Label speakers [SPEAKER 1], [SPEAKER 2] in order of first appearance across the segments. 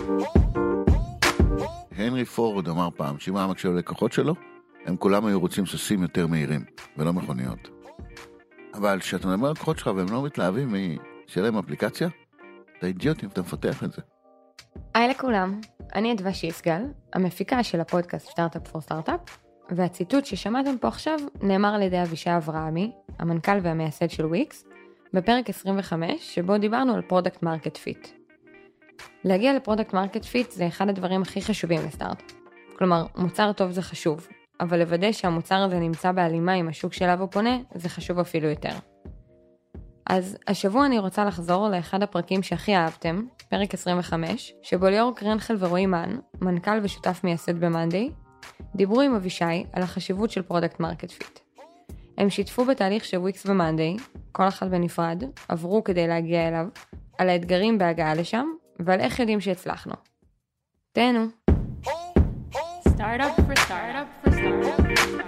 [SPEAKER 1] הנרי פורד אמר פעם שאם היה מקשיב ללקוחות שלו, הם כולם היו רוצים סוסים יותר מהירים, ולא מכוניות. אבל כשאתה מדבר על לקוחות שלך והם לא מתלהבים שיהיה להם אפליקציה, אתה אידיוט אם אתה מפתח את זה.
[SPEAKER 2] היי לכולם, אני אדווה שיסגל, המפיקה של הפודקאסט סטארט-אפ פור סטארט-אפ, והציטוט ששמעתם פה עכשיו נאמר על ידי אבישי אברהמי, המנכ"ל והמייסד של וויקס, בפרק 25, שבו דיברנו על פרודקט מרקט פיט. להגיע לפרודקט מרקט פיט זה אחד הדברים הכי חשובים לסטארט-אפ. כלומר, מוצר טוב זה חשוב, אבל לוודא שהמוצר הזה נמצא בהלימה עם השוק שאליו הוא פונה, זה חשוב אפילו יותר. אז השבוע אני רוצה לחזור לאחד הפרקים שהכי אהבתם, פרק 25, שבו ליאור קרנחל ורועי מן, מנכ"ל ושותף מייסד במאנדיי, דיברו עם אבישי על החשיבות של פרודקט מרקט פיט. הם שיתפו בתהליך שוויקס ומאנדיי, כל אחד בנפרד, עברו כדי להגיע אליו, על האתגרים בהגעה לשם, ועל איך יודעים שהצלחנו. תהנו. Startup for startup for startup.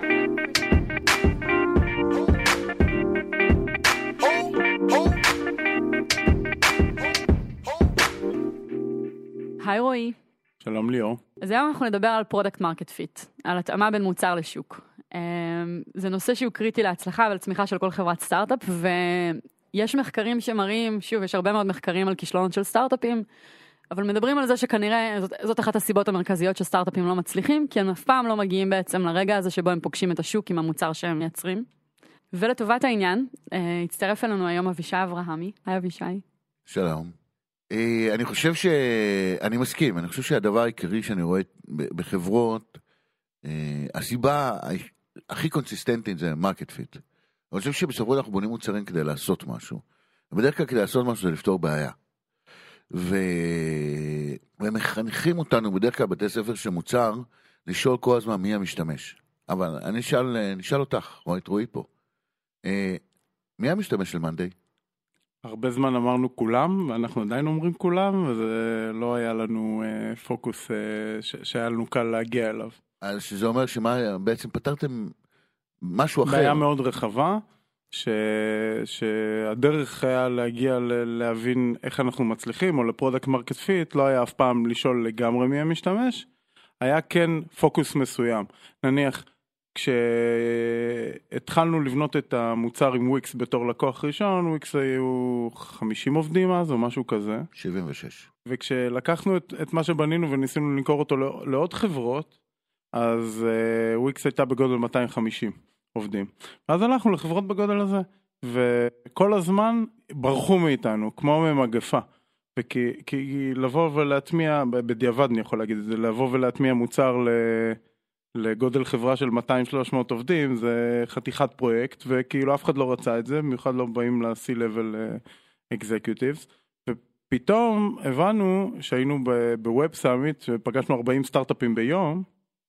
[SPEAKER 3] היי רועי.
[SPEAKER 4] שלום ליאור.
[SPEAKER 3] אז היום אנחנו נדבר על פרודקט מרקט פיט, על התאמה בין מוצר לשוק. זה נושא שהוא קריטי להצלחה ולצמיחה של כל חברת סטארט-אפ, ויש מחקרים שמראים, שוב, יש הרבה מאוד מחקרים על כישלונות של סטארט-אפים, אבל מדברים על זה שכנראה זאת אחת הסיבות המרכזיות שסטארט-אפים לא מצליחים, כי הם אף פעם לא מגיעים בעצם לרגע הזה שבו הם פוגשים את השוק עם המוצר שהם מייצרים. ולטובת העניין, הצטרף אלינו היום אבישי אברהמי. היי אבישי.
[SPEAKER 1] שלום. אני מסכים, אני חושב שהדבר העיקרי שאני רואה בחברות, הסיבה הכי קונסיסטנטית זה מרקט פיט. אני חושב שבסופו אנחנו בונים מוצרים כדי לעשות משהו. ובדרך כלל כדי לעשות משהו זה לפתור בעיה. ומחנכים אותנו בדרך כלל בתי ספר שמוצר, לשאול כל הזמן מי המשתמש. אבל אני נשאל אותך, רואי פה. מי המשתמש של מאנדיי?
[SPEAKER 4] הרבה זמן אמרנו כולם, ואנחנו עדיין אומרים כולם, וזה לא היה לנו פוקוס שהיה לנו קל להגיע אליו.
[SPEAKER 1] אז שזה אומר שמה, בעצם פתרתם משהו אחר.
[SPEAKER 4] בעיה מאוד רחבה, שהדרך היה להגיע להבין איך אנחנו מצליחים, או לפרודקט מרקט פיט, לא היה אף פעם לשאול לגמרי מי המשתמש, היה כן פוקוס מסוים. נניח, כשהתחלנו לבנות את המוצר עם וויקס בתור לקוח ראשון, וויקס היו 50 עובדים אז, או משהו כזה.
[SPEAKER 1] 76.
[SPEAKER 4] וכשלקחנו את מה שבנינו וניסינו למכור אותו לעוד חברות, אז וויקס הייתה בגודל 250 עובדים. ואז הלכנו לחברות בגודל הזה, וכל הזמן ברחו מאיתנו, כמו ממגפה. כי לבוא ולהטמיע, בדיעבד אני יכול להגיד את זה, לבוא ולהטמיע מוצר לגודל חברה של 200-300 עובדים, זה חתיכת פרויקט, וכאילו אף אחד לא רצה את זה, במיוחד לא באים ל-C-Level Executives, ופתאום הבנו שהיינו בווב סאמיט, ופגשנו 40 סטארט-אפים ביום,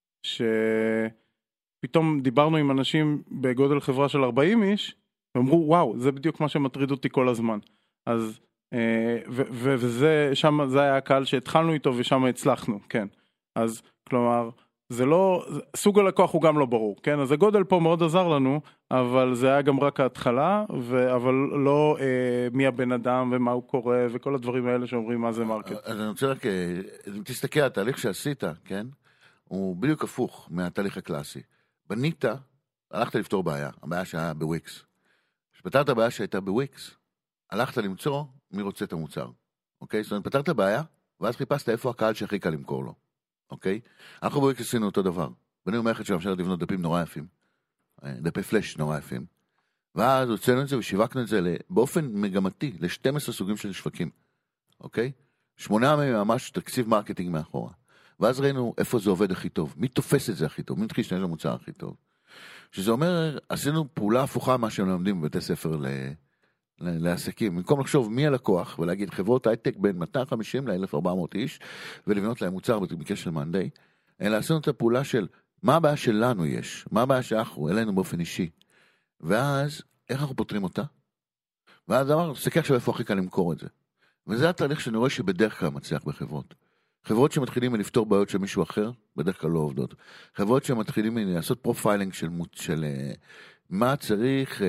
[SPEAKER 4] שפתאום דיברנו עם אנשים בגודל חברה של 40 איש, ואמרו, וואו, זה בדיוק מה שמטריד אותי כל הזמן. אז, וזה, שם, זה היה הקהל שהתחלנו איתו, ושם הצלחנו, כן. אז, כלומר, זה לא, סוג הלקוח הוא גם לא ברור, כן? אז הגודל פה מאוד עזר לנו, אבל זה היה גם רק ההתחלה, אבל לא מי הבן אדם ומה הוא קורא, וכל הדברים האלה שאומרים מה זה מרקט.
[SPEAKER 1] אז אני רוצה רק, אם תסתכל על התהליך שעשית, כן? הוא בדיוק הפוך מהתהליך הקלאסי. בנית, הלכת לפתור בעיה, הבעיה שהיה בוויקס. כשפתרת הבעיה שהייתה בוויקס, הלכת למצוא מי רוצה את המוצר, אוקיי? זאת אומרת, פתרת בעיה, ואז חיפשת איפה הקהל שהכי קל למכור לו. אוקיי? אנחנו בוויקס עשינו אותו דבר. בנינו מערכת שמאפשרת לבנות דפים נורא יפים. דפי פלאש נורא יפים. ואז הוצאנו את זה ושיווקנו את זה באופן מגמתי, ל-12 סוגים של שווקים. אוקיי? 8 מהם ממש תקציב מרקטינג מאחורה. ואז ראינו איפה זה עובד הכי טוב. מי תופס את זה הכי טוב? מי מתחיל להשתמש למוצר הכי טוב? שזה אומר, עשינו פעולה הפוכה מה שהם לומדים בבתי ספר לעסקים. במקום לחשוב מי הלקוח ולהגיד חברות הייטק בין 250 ל-1400 איש ולבנות להם מוצר במקרה של מאנדיי, אלא עשינו את הפעולה של מה הבעיה שלנו יש, מה הבעיה שאנחנו, אלינו באופן אישי. ואז איך אנחנו פותרים אותה? ואז אמרנו, תסתכל עכשיו איפה הכי קל למכור את זה. וזה התהליך שאני רואה שבדרך כלל מצליח בחברות. חברות שמתחילים לפתור בעיות של מישהו אחר, בדרך כלל לא עובדות. חברות שמתחילים לעשות פרופיילינג של מה צריך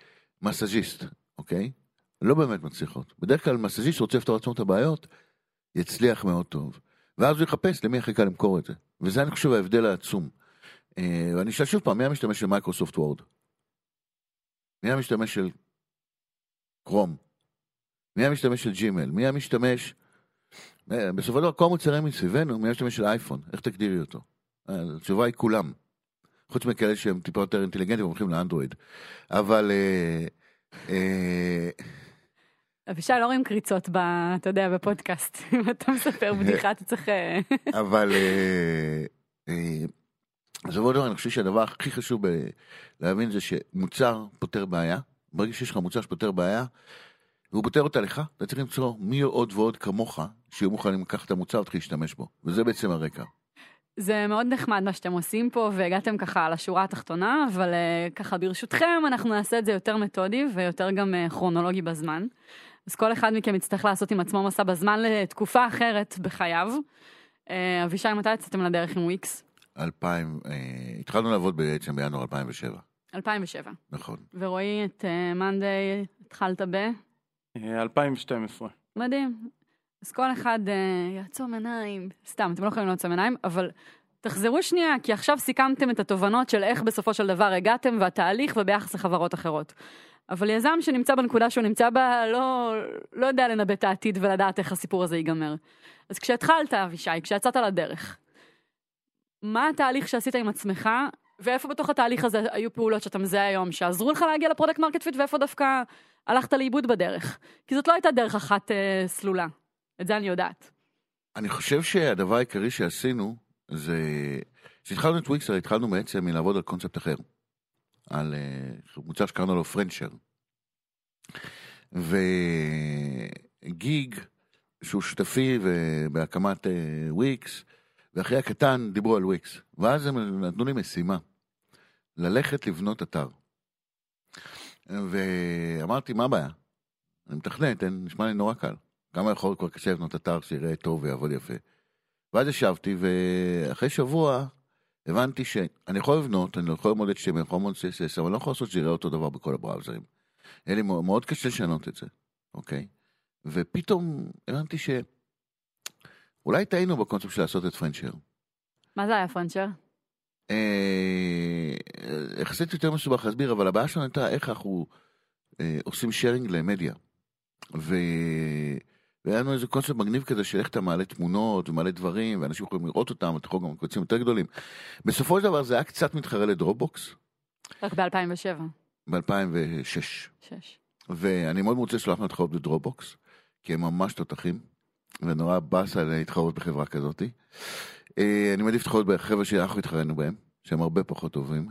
[SPEAKER 1] מסאז'יסט, אוקיי? לא באמת מצליחות. בדרך כלל מסאז'יסט רוצה לפתור עצמו את הבעיות, יצליח מאוד טוב, ואז הוא יחפש למי הכי קל למכור את זה. וזה אני חושב ההבדל העצום. ואני אשאל שוב פעם, מי המשתמש של מייקרוסופט וורד? מי המשתמש של קרום? מי המשתמש של ג'ימל? מי המשתמש... בסופו של דבר, כל מוצרים מסביבנו, מי המשתמש של אייפון? איך תגדירי אותו? התשובה היא כולם. חוץ מכאלה שהם טיפה יותר אינטליגנטים והולכים לאנדרואיד. אבל...
[SPEAKER 3] אבישי, לא רואים קריצות, אתה יודע, בפודקאסט. אם אתה מספר בדיחה, אתה צריך...
[SPEAKER 1] אבל... אז עוד דבר, אני חושב שהדבר הכי חשוב להבין זה שמוצר פותר בעיה. ברגע שיש לך מוצר שפותר בעיה, והוא פותר אותה לך, אתה צריך למצוא מי עוד ועוד כמוך, שיהיו מוכנים לקחת את המוצר ותחיל להשתמש בו. וזה בעצם הרקע.
[SPEAKER 3] זה מאוד נחמד מה שאתם עושים פה, והגעתם ככה לשורה התחתונה, אבל ככה ברשותכם אנחנו נעשה את זה יותר מתודי, ויותר גם כרונולוגי בזמן. אז כל אחד מכם יצטרך לעשות עם עצמו מסע בזמן לתקופה אחרת בחייו. אבישי, מתי יצאתם לדרך עם וויקס?
[SPEAKER 1] התחלנו לעבוד בעצם בינואר 2007.
[SPEAKER 3] 2007.
[SPEAKER 1] נכון.
[SPEAKER 3] ורואי את מאנדיי, התחלת
[SPEAKER 4] 2012.
[SPEAKER 3] מדהים. אז כל אחד יעצום עיניים, סתם, אתם לא יכולים לעצום עיניים, אבל תחזרו שנייה, כי עכשיו סיכמתם את התובנות של איך בסופו של דבר הגעתם, והתהליך וביחס לחברות אחרות. אבל יזם שנמצא בנקודה שהוא נמצא בה, לא יודע לנבא את העתיד ולדעת איך הסיפור הזה ייגמר. אז כשהתחלת, אבישי, כשיצאת לדרך, מה התהליך שעשית עם עצמך, ואיפה בתוך התהליך הזה היו פעולות שאתה מזהה היום, שעזרו לך להגיע לפרודקט מרקט פיט, ואיפה דווקא הלכת לאיבוד בדרך? כי זאת לא הייתה דרך אחת סלולה. את זה אני יודעת.
[SPEAKER 1] אני חושב שהדבר העיקרי שעשינו, זה שהתחלנו את וויקס, התחלנו בעצם מלעבוד על קונספט אחר. על מוצר שקראנו לו פרנצ'ר. וגיג, שהוא שותפי בהקמת וויקס, ואחרי הקטן דיברו על וויקס. ואז הם נתנו לי משימה, ללכת לבנות אתר. ואמרתי, מה הבעיה? אני מתכנת, נשמע לי נורא קל. כמה יכול כבר קשה לבנות אתר שיראה טוב ויעבוד יפה. ואז ישבתי, ואחרי שבוע הבנתי שאני יכול לבנות, אני לא יכול ללמוד את שם, אני יכול ללמוד CSS, אבל אני לא יכול לעשות שיראה אותו דבר בכל הבראוזרים. היה לי מאוד קשה לשנות את זה, אוקיי? ופתאום הבנתי שאולי טעינו בקונספט של לעשות את פרנצ'ר.
[SPEAKER 3] מה זה היה פרנצ'ר?
[SPEAKER 1] יחסית יותר מסובך להסביר, אבל הבעיה שלנו הייתה איך אנחנו עושים שיירינג למדיה. והיה לנו איזה קונספט מגניב כזה של איך אתה מעלה תמונות ומעלה דברים, ואנשים יכולים לראות אותם, אתה יכול גם קוצים יותר גדולים. בסופו של דבר זה היה קצת מתחרה לדרופבוקס.
[SPEAKER 3] רק ב-2007.
[SPEAKER 1] ב-2006. ואני מאוד רוצה שלא אנחנו נתחרות בדרופבוקס, כי הם ממש תותחים, ונורא באסה להתחרות בחברה כזאת. אני מעדיף להתחרות בחברה שאנחנו התחרנו בהם, שהם הרבה פחות טובים.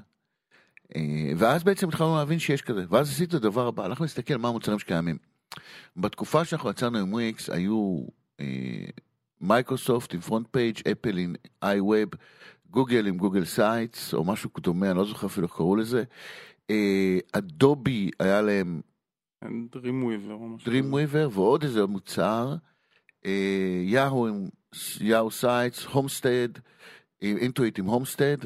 [SPEAKER 1] ואז בעצם התחלנו להבין שיש כזה, ואז עשיתי את הדבר הבא, אנחנו נסתכל מה המוצרים שקיימים. בתקופה שאנחנו יצאנו עם וויקס, היו מייקרוסופט עם פרונט פייג', אפל עם איי-ווב, גוגל עם גוגל סייטס, או משהו דומה, אני לא זוכר אפילו איך קראו לזה. אדובי היה להם Dreamweaver, ועוד איזה מוצר, יאהו עם יאהו סייטס, הומסטד, אינטואיט עם הומסטד,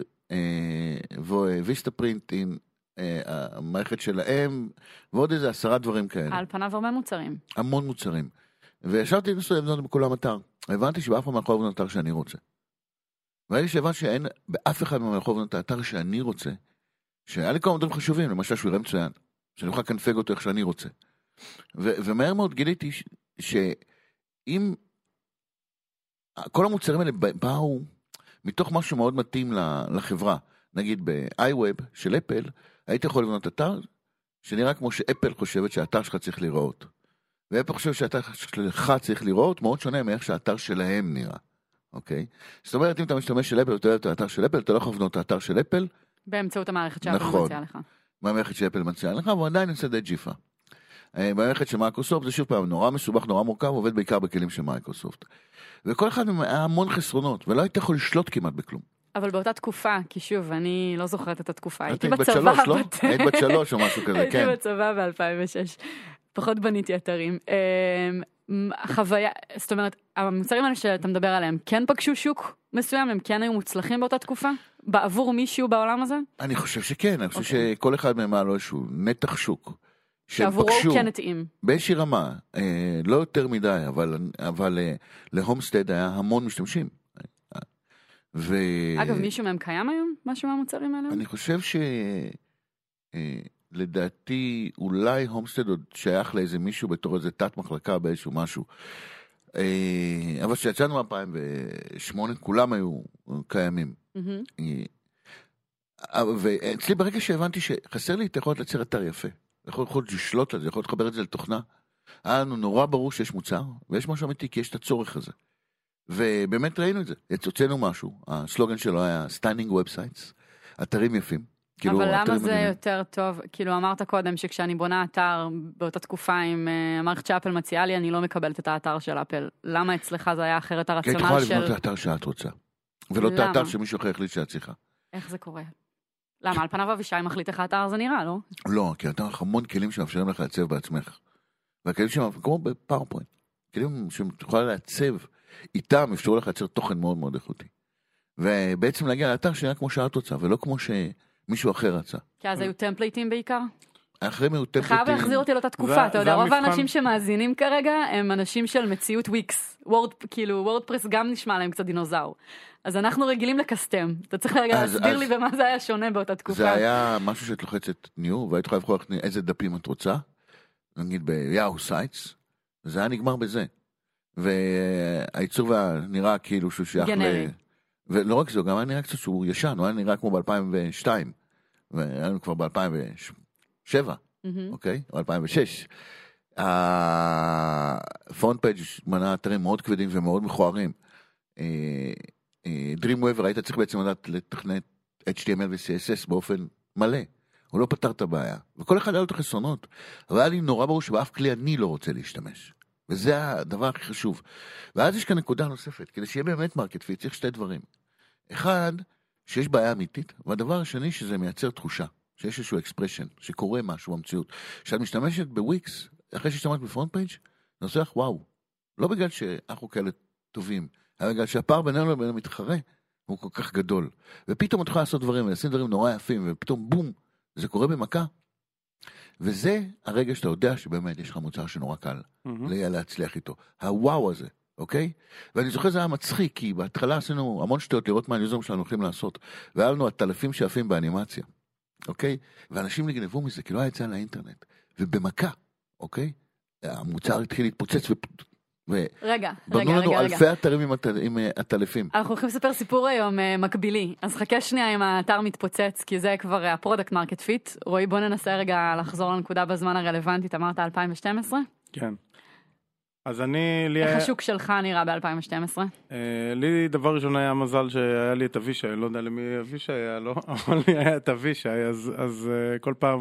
[SPEAKER 1] וויסטפרינט עם המערכת שלהם, ועוד איזה 10 דברים כאלה.
[SPEAKER 3] על פניו הרבה מוצרים.
[SPEAKER 1] המון מוצרים. וישבתי לנסות לבנות בכולם אתר. הבנתי שבאף פעם אני יכול לבנות אתר שאני רוצה. והייתי שהבנתי שאין באף אחד מהם יכול לבנות את האתר שאני רוצה, שהיה לי כמה דברים חשובים, למשל שהוא יראה מצוין, שאני אוכל כנפג אותו איך שאני רוצה. ומהר מאוד גיליתי שאם כל המוצרים האלה באו מתוך משהו מאוד מתאים לחברה, נגיד ב-iWeb של אפל, הייתי יכול לבנות אתר שנראה כמו שאפל חושבת שהאתר שלך צריך לראות. ואפל חושב שהאתר שלך צריך לראות מאוד שונה מאיך שהאתר שלהם נראה. אוקיי? זאת אומרת, אם אתה משתמש של אפל ואתה אוהב את האתר של אפל, אתה לא יכול לבנות את האתר של אפל.
[SPEAKER 3] באמצעות המערכת שאפל מציעה לך.
[SPEAKER 1] במערכת שאפל מציעה לך, אבל עדיין נעשה די ג'יפה. במערכת של מייקרוסופט זה שוב פעם נורא מסובך, נורא מורכב, עובד בעיקר בכלים של מייקרוסופט. וכל אחד מהם היה המון חסרונות, ולא היית יכול לשלוט כמעט בכלום.
[SPEAKER 3] אבל באותה תקופה, כי שוב, אני לא זוכרת את התקופה.
[SPEAKER 1] הייתי בצבא. היית בת 3 או משהו כזה, כן.
[SPEAKER 3] הייתי בצבא ב-2006. פחות בניתי אתרים. החוויה, זאת אומרת, המוצרים האלה שאתה מדבר עליהם, כן פגשו שוק מסוים? הם כן היו מוצלחים באותה תקופה? בעבור מישהו בעולם הזה?
[SPEAKER 1] אני חושב שכן, אני חושב שכל אחד מהם היה לו איזשהו נתח שוק
[SPEAKER 3] שעבורו כן התאים.
[SPEAKER 1] באיזושהי רמה, לא יותר מדי, אבל להומסטד היה המון משתמשים.
[SPEAKER 3] אגב, מישהו מהם קיים היום? משהו מהמוצרים האלה?
[SPEAKER 1] אני חושב לדעתי אולי הומסטד עוד שייך לאיזה מישהו בתור איזה תת מחלקה באיזשהו משהו. אבל כשיצאנו ב-2008 כולם היו קיימים. ואצלי ברגע שהבנתי שחסר לי את יכולת לייצר אתר יפה, יכולת לשלוט על זה, יכולת לחבר את זה לתוכנה, היה לנו נורא ברור שיש מוצר, ויש משהו אמיתי, כי יש את הצורך הזה. ובאמת ראינו את זה, הוצאנו משהו, הסלוגן שלו היה Stunning Websites, אתרים יפים.
[SPEAKER 3] אבל למה זה יותר טוב? כאילו אמרת קודם שכשאני בונה אתר באותה תקופה עם המערכת שאפל מציעה לי, אני לא מקבלת את האתר של אפל. למה אצלך זה היה אחרת הרצונל של...
[SPEAKER 1] כי את יכולה לבנות את האתר שאת רוצה, ולא את האתר שמישהו אחר החליט שאת צריכה.
[SPEAKER 3] איך זה קורה? למה? על פניו אבישי מחליט איך האתר זה נראה, לא?
[SPEAKER 1] לא, כי אתה המון כלים שמאפשרים לך לעצב בעצמך. והכלים כמו בפאורפוינט, כלים שתוכל לעצב איתם, אפשרו לך לייצר תוכן מאוד מאוד איכותי. ובעצם להגיע לאתר שנראה כמו שאת רוצה, ולא כמו שמישהו אחר רצה.
[SPEAKER 3] כי אז היו טמפלייטים בעיקר?
[SPEAKER 1] אחרי היו טמפלייטים.
[SPEAKER 3] חייב להחזיר אותי לאותה תקופה, אתה יודע, רוב האנשים שמאזינים כרגע הם אנשים של מציאות וויקס. כאילו וורדפרס גם נשמע להם קצת דינוזאור. אז אנחנו רגילים לקסטם. אתה צריך רגע להסביר לי במה זה היה שונה באותה תקופה.
[SPEAKER 1] זה היה משהו שאת לוחצת ניו, והיית יכולה לבחור איזה דפים את רוצה, נגיד ביאו סייטס, זה היה נגמר בזה. והייצור נראה כאילו שהוא שייך ולא רק זה, גם היה נראה קצת שהוא ישן, הוא היה נראה כמו ב-2002, והיינו כבר ב-2007, אוקיי? או 2006. הפרונט פייג' מנה אתרים מאוד כבדים ומאוד מכוערים. Dreamweaver היית צריך בעצם לדעת לתכנת HTML ו-CSS באופן מלא. הוא לא פתר את הבעיה. וכל אחד היה לו את החסרונות. אבל היה לי נורא ברור שבאף כלי אני לא רוצה להשתמש. וזה הדבר הכי חשוב. ואז יש כאן נקודה נוספת. כדי שיהיה באמת מרקט פיט, צריך שתי דברים. אחד, שיש בעיה אמיתית. והדבר השני, שזה מייצר תחושה. שיש איזשהו אקספרשן, שקורה משהו במציאות. כשאת משתמשת בוויקס, אחרי שהשתמשת בפרונט פייג', זה עושה לך וואו. לא בגלל שאנחנו כאלה טובים, אלא בגלל שהפער בינינו לבין המתחרה הוא כל כך גדול. ופתאום את יכולה לעשות דברים, ולשים דברים נורא יפים, ופתאום בום, זה קורה במכה. וזה הרגע שאתה יודע שבאמת יש לך מוצר שנורא קל להצליח איתו. הוואו הזה, אוקיי? ואני זוכר זה היה מצחיק, כי בהתחלה עשינו המון שטויות לראות מה הניוזרים שלנו הולכים לעשות, והיה לנו הטלפים שעפים באנימציה, אוקיי? ואנשים נגנבו מזה, כי לא היה יצא לאינטרנט. ובמכה, אוקיי? המוצר התחיל להתפוצץ
[SPEAKER 3] רגע.
[SPEAKER 1] בנו לנו אלפי אתרים עם הטלפים.
[SPEAKER 3] אנחנו הולכים לספר סיפור היום מקבילי, אז חכה שנייה אם האתר מתפוצץ, כי זה כבר הפרודקט מרקט פיט. רועי, בוא ננסה רגע לחזור לנקודה בזמן הרלוונטית, אמרת 2012?
[SPEAKER 4] כן. אז
[SPEAKER 3] איך השוק שלך נראה ב-2012?
[SPEAKER 4] לי דבר ראשון היה מזל שהיה לי את אבישי, לא יודע למי אבישי היה, לא? אבל לי היה את אבישי, אז כל פעם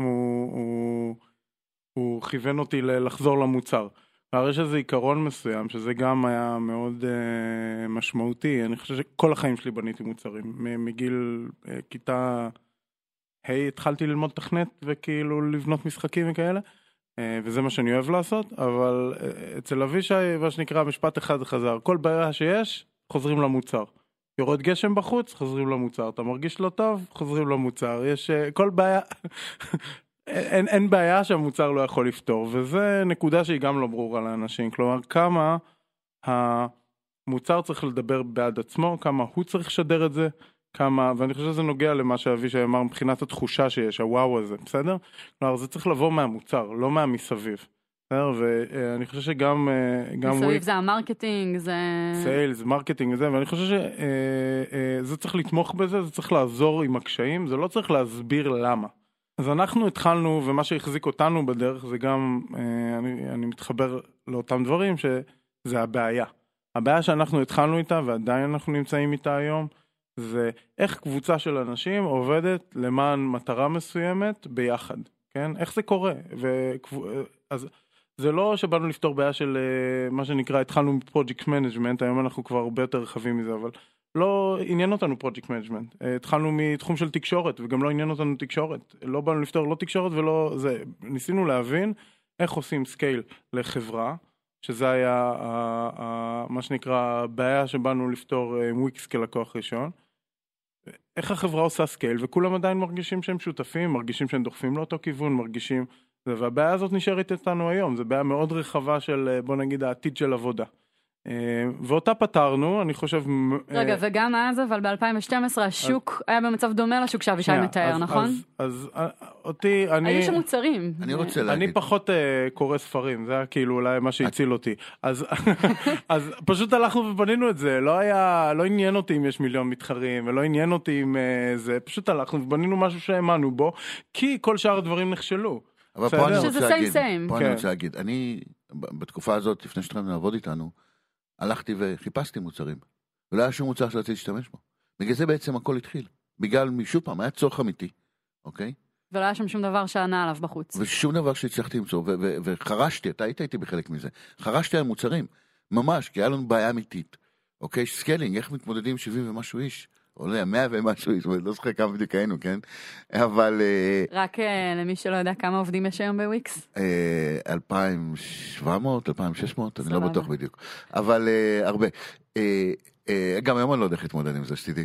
[SPEAKER 4] הוא כיוון אותי לחזור למוצר. הרי שזה עיקרון מסוים, שזה גם היה מאוד משמעותי. אני חושב שכל החיים שלי בניתי מוצרים. מגיל כיתה התחלתי ללמוד תכנת וכאילו לבנות משחקים וכאלה, וזה מה שאני אוהב לעשות, אבל אצל אבישי, מה שנקרא, משפט אחד חזר. כל בעיה שיש, חוזרים למוצר. יורד גשם בחוץ, חוזרים למוצר. אתה מרגיש לא טוב, חוזרים למוצר. יש כל בעיה... אין בעיה שהמוצר לא יכול לפתור, וזה נקודה שהיא גם לא ברורה לאנשים, כלומר כמה המוצר צריך לדבר בעד עצמו, כמה הוא צריך לשדר את זה, ואני חושב שזה נוגע למה שאבישי אמר מבחינת התחושה שיש, הוואו הזה, בסדר? כלומר זה צריך לבוא מהמוצר, לא מהמסביב, בסדר? ואני חושב שגם...
[SPEAKER 3] מסביב זה המרקטינג, זה...
[SPEAKER 4] סיילס, מרקטינג וזה, ואני חושב שזה צריך לתמוך בזה, זה צריך לעזור עם הקשיים, זה לא צריך להסביר למה. אז אנחנו התחלנו, ומה שהחזיק אותנו בדרך זה גם, אני מתחבר לאותם דברים, שזה הבעיה. הבעיה שאנחנו התחלנו איתה, ועדיין אנחנו נמצאים איתה היום, זה איך קבוצה של אנשים עובדת למען מטרה מסוימת ביחד, כן? איך זה קורה? אז זה לא שבאנו לפתור בעיה של מה שנקרא, התחלנו מפרויקט מנג'מנט, היום אנחנו כבר הרבה יותר רחבים מזה, אבל... לא עניין אותנו פרויקט מנג'מנט, התחלנו מתחום של תקשורת, וגם לא עניין אותנו תקשורת, לא באנו לפתור לא תקשורת ולא זה, ניסינו להבין איך עושים סקייל לחברה, שזה היה מה שנקרא בעיה שבאנו לפתור וויקס כלקוח ראשון, איך החברה עושה סקייל, וכולם עדיין מרגישים שהם שותפים, מרגישים שהם דוחפים לאותו כיוון, מרגישים, והבעיה הזאת נשארת איתנו היום, זו בעיה מאוד רחבה של, בוא נגיד, העתיד של עבודה. ואותה פתרנו, אני חושב...
[SPEAKER 3] רגע, וגם אז, אבל ב-2012 השוק היה במצב דומה לשוק שאבישי מתאר, נכון?
[SPEAKER 4] אז אותי, אני...
[SPEAKER 3] היו שם מוצרים.
[SPEAKER 1] אני רוצה להגיד.
[SPEAKER 4] אני פחות קורא ספרים, זה היה כאילו אולי מה שהציל אותי. אז פשוט הלכנו ובנינו את זה, לא עניין אותי אם יש מיליון מתחרים, ולא עניין אותי אם זה, פשוט הלכנו ובנינו משהו שהאמנו בו, כי כל שאר הדברים נכשלו.
[SPEAKER 1] אבל פה אני
[SPEAKER 3] שזה same.
[SPEAKER 1] אני רוצה להגיד, אני בתקופה הזאת, לפני שהתחלנו לעבוד איתנו, הלכתי וחיפשתי מוצרים, ולא היה שום מוצר שרציתי להשתמש בו. בגלל זה בעצם הכל התחיל. בגלל שוב פעם, היה צורך אמיתי, אוקיי?
[SPEAKER 3] ולא היה שם שום דבר שענה עליו בחוץ.
[SPEAKER 1] ושום דבר שהצלחתי למצוא, וחרשתי, אתה היית איתי בחלק מזה, חרשתי על מוצרים, ממש, כי היה לנו בעיה אמיתית, אוקיי? סקלינג, איך מתמודדים עם 70 ומשהו איש? עולה 100 ומשהו איש, לא זוכר כמה בדיוק היינו, כן? אבל...
[SPEAKER 3] רק למי שלא יודע כמה עובדים יש היום בוויקס?
[SPEAKER 1] 2,700, 2,600, אני לא בטוח בדיוק. אבל הרבה. גם היום אני לא יודע איך להתמודד עם זה, שתדעי.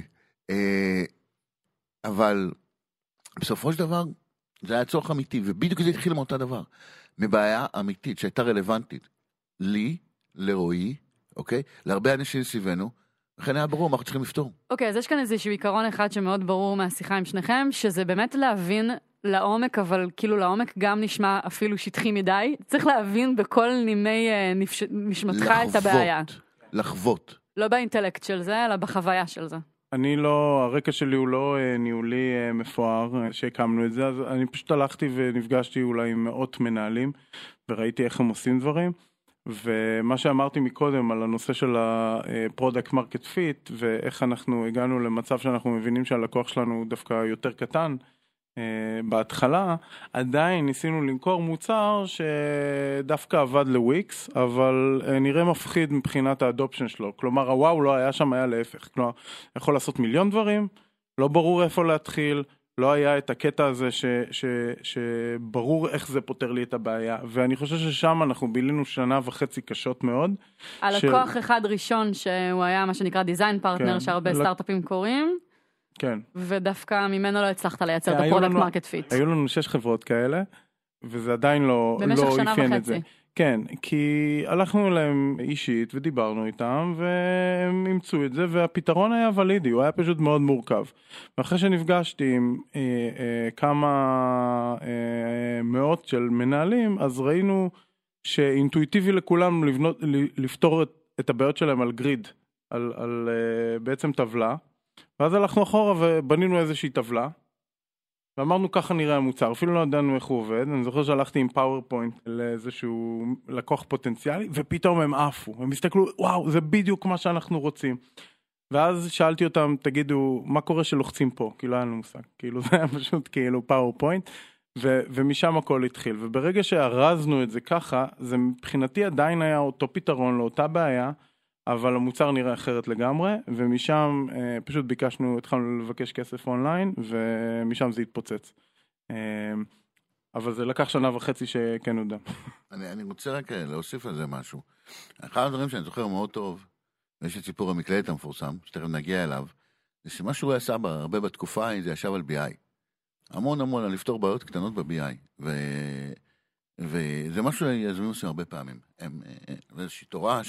[SPEAKER 1] אבל בסופו של דבר, זה היה צורך אמיתי, ובדיוק זה התחיל מאותה דבר. מבעיה אמיתית שהייתה רלוונטית לי, לרועי, אוקיי? להרבה אנשים סביבנו, לכן היה ברור מה אנחנו צריכים לפתור.
[SPEAKER 3] אוקיי, אז יש כאן איזשהו עיקרון אחד שמאוד ברור מהשיחה עם שניכם, שזה באמת להבין לעומק, אבל כאילו לעומק גם נשמע אפילו שטחי מדי. צריך להבין בכל נימי נשמתך את הבעיה.
[SPEAKER 1] לחוות.
[SPEAKER 3] לא באינטלקט של זה, אלא בחוויה של זה.
[SPEAKER 4] אני לא, הרקע שלי הוא לא ניהולי מפואר שהקמנו את זה, אז אני פשוט הלכתי ונפגשתי אולי עם מאות מנהלים, וראיתי איך הם עושים דברים. ומה שאמרתי מקודם על הנושא של הפרודקט מרקט פיט ואיך אנחנו הגענו למצב שאנחנו מבינים שהלקוח שלנו הוא דווקא יותר קטן בהתחלה, עדיין ניסינו למכור מוצר שדווקא עבד לוויקס, אבל נראה מפחיד מבחינת האדופשן שלו. כלומר, הוואו לא היה שם, היה להפך. כלומר, יכול לעשות מיליון דברים, לא ברור איפה להתחיל, לא היה את הקטע הזה שברור איך זה פותר לי את הבעיה, ואני חושב ששם אנחנו בילינו 1.5 שנה קשות מאוד.
[SPEAKER 3] הלקוח אחד ראשון שהוא היה מה שנקרא דיזיין פרטנר, שהרבה סטארט-אפים קוראים,
[SPEAKER 4] כן.
[SPEAKER 3] ודווקא ממנו לא הצלחת לייצר את הפרודקט מרקט פיט.
[SPEAKER 4] היו לנו 6 חברות כאלה, וזה עדיין לא אפיין את זה. כן, כי הלכנו אליהם אישית ודיברנו איתם והם אימצו את זה, והפתרון היה ולידי, הוא היה פשוט מאוד מורכב. ואחרי שנפגשתי עם כמה מאות של מנהלים, אז ראינו שאינטואיטיבי לכולם לפתור את הבעיות שלהם על גריד, על בעצם טבלה, ואז הלכנו אחורה ובנינו איזושהי טבלה, ואמרנו ככה נראה המוצר, אפילו לא ידענו איך הוא עובד, אני זוכר שהלכתי עם פאורפוינט לאיזשהו לקוח פוטנציאלי, ופתאום הם עפו, הם הסתכלו, וואו, זה בדיוק מה שאנחנו רוצים. ואז שאלתי אותם, תגידו, מה קורה שלוחצים פה? כאילו היה לנו מושג, כאילו זה היה פשוט כאילו פאורפוינט, ומשם הכל התחיל, וברגע שהרזנו את זה ככה, זה מבחינתי עדיין היה אותו פתרון לאותה בעיה, אבל המוצר נראה אחרת לגמרי, ומשם פשוט התחלנו לבקש כסף אונליין, ומשם זה התפוצץ. אבל זה לקח 1.5 שנה שכן הודע.
[SPEAKER 1] אני רוצה רק להוסיף על זה משהו. אחד הדברים שאני זוכר מאוד טוב, ויש את סיפור המקלדת המפורסם, שתכף נגיע אליו, זה שמה שהוא עשה הרבה בתקופה, זה ישב על BI. המון על לפתור בעיות קטנות ב-BI. וזה משהו שיזמים עושים הרבה פעמים. ואיזושהי תורה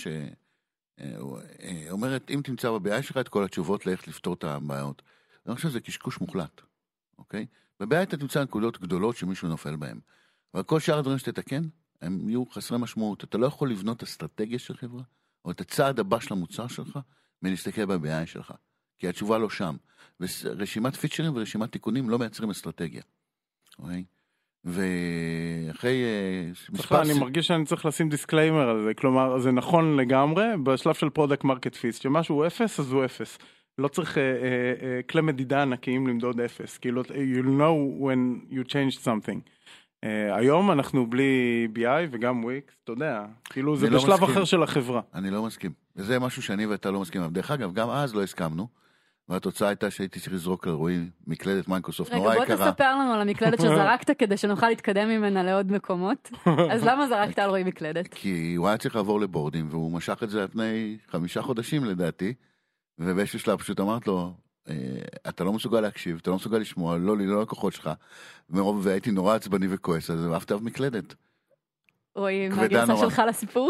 [SPEAKER 1] אומרת, אם תמצא ב-BI שלך את כל התשובות לאיך לפתור את הבעיות. אני חושב שזה קשקוש מוחלט, אוקיי? ב-BI אתה תמצא נקודות גדולות שמישהו נופל בהן. אבל כל שאר הדברים שתתקן, הם יהיו חסרי משמעות. אתה לא יכול לבנות אסטרטגיה של חברה, או את הצעד הבא של המוצר שלך, מלהסתכל ב-BI שלך. כי התשובה לא שם. ורשימת פיצ'רים ורשימת תיקונים לא מייצרים אסטרטגיה. אוקיי? ואחרי
[SPEAKER 4] אני מרגיש שאני צריך לשים דיסקליימר על זה, כלומר זה נכון לגמרי בשלב של פרודקט מרקט פיט, שמשהו 0 אז הוא 0, לא צריך כלי מדידה ענקיים למדוד 0, כאילו you'll know when you changed something. היום אנחנו בלי BI וגם וויקס, אתה יודע, כאילו זה בשלב אחר של החברה.
[SPEAKER 1] אני לא מסכים, וזה משהו שאני ואתה לא מסכים, דרך אגב גם אז לא הסכמנו, והתוצאה הייתה שהייתי צריך לזרוק לרועי מקלדת מייקרוסופט נורא יקרה.
[SPEAKER 3] רגע, בוא תספר לנו על המקלדת שזרקת כדי שנוכל להתקדם ממנה לעוד מקומות. אז למה זרקת על רועי מקלדת?
[SPEAKER 1] כי הוא היה צריך לעבור לבורדים, והוא משך את זה על פני 5 חודשים לדעתי, ובאיזשהו שלב פשוט אמרת לו, אתה לא מסוגל להקשיב, אתה לא מסוגל לשמוע, לא לי, לא לקוחות שלך, והייתי נורא עצבני וכועס, אז אהבת אב מקלדת.
[SPEAKER 3] רואי, מה הגרסה שלך לסיפור?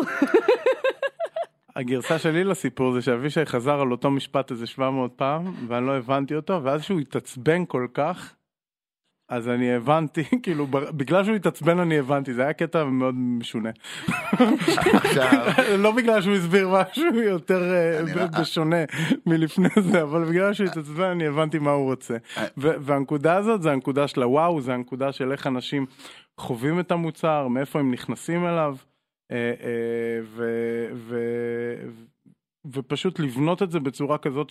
[SPEAKER 4] הגרסה שלי לסיפור זה שאבישי חזר על אותו משפט איזה 700 פעם, ואני לא הבנתי אותו, ואז שהוא התעצבן כל כך, אז אני הבנתי, כאילו, בגלל שהוא התעצבן אני הבנתי, זה היה קטע מאוד משונה. לא בגלל שהוא הסביר משהו יותר בשונה מלפני זה, אבל בגלל שהוא התעצבן אני הבנתי מה הוא רוצה. והנקודה הזאת זה הנקודה של הוואו, זה הנקודה של איך אנשים חווים את המוצר, מאיפה הם נכנסים אליו, ופשוט לבנות את זה בצורה כזאת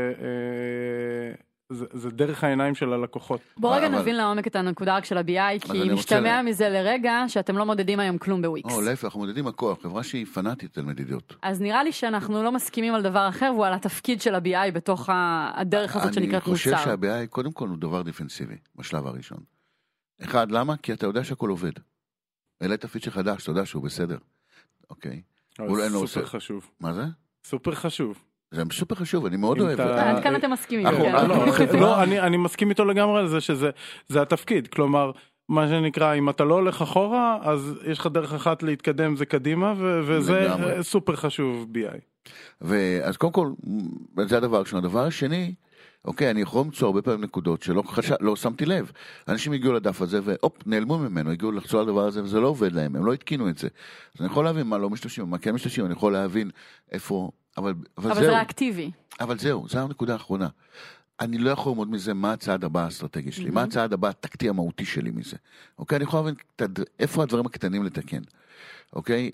[SPEAKER 4] זה דרך העיניים של הלקוחות.
[SPEAKER 3] בוא רגע נבין לעומק את הנקודה רק של ה-BI, כי משתמע מזה לרגע שאתם לא מודדים היום כלום בוויקס.
[SPEAKER 1] להפך, אנחנו מודדים הכל, חברה שהיא פנאטית על מדידות.
[SPEAKER 3] אז נראה לי שאנחנו לא מסכימים על דבר אחר, והוא על התפקיד של ה-BI בתוך הדרך הזאת שנקראת מוצר.
[SPEAKER 1] אני חושב שה-BI קודם כל הוא דבר דיפנסיבי, בשלב הראשון. אחד, למה? כי אתה יודע שהכל עובד. אלה תפקיד שחדש, אתה יודע שהוא בסדר. אוקיי?
[SPEAKER 4] סופר חשוב.
[SPEAKER 1] מה זה?
[SPEAKER 4] סופר חשוב.
[SPEAKER 1] זה סופר חשוב, אני מאוד אוהב.
[SPEAKER 3] עד כאן אתם מסכימים.
[SPEAKER 4] לא, אני מסכים איתו לגמרי על זה שזה התפקיד. כלומר, מה שנקרא, אם אתה לא הולך אחורה, אז יש לך דרך אחת להתקדם, זה קדימה, וזה סופר חשוב BI.
[SPEAKER 1] אז קודם כל, זה הדבר הראשון. הדבר השני, אוקיי, אני יכול למצוא הרבה פעמים נקודות שלא שמתי לב. אנשים הגיעו לדף הזה ואופ, נעלמו ממנו, הגיעו לחצוע על הדבר הזה וזה לא עובד להם, הם לא התקינו את זה. אז אני יכול להבין מה לא משתמשים, מה כן משתמשים, אני יכול להבין איפה, אבל
[SPEAKER 3] זה ריאקטיבי.
[SPEAKER 1] אבל זהו, זו הנקודה האחרונה. אני לא יכול ללמוד מזה מה הצעד הבא האסטרטגי שלי, מה הצעד הבא הטקטי המהותי שלי מזה. אוקיי, אני יכול להבין איפה הדברים הקטנים לתקן. אוקיי,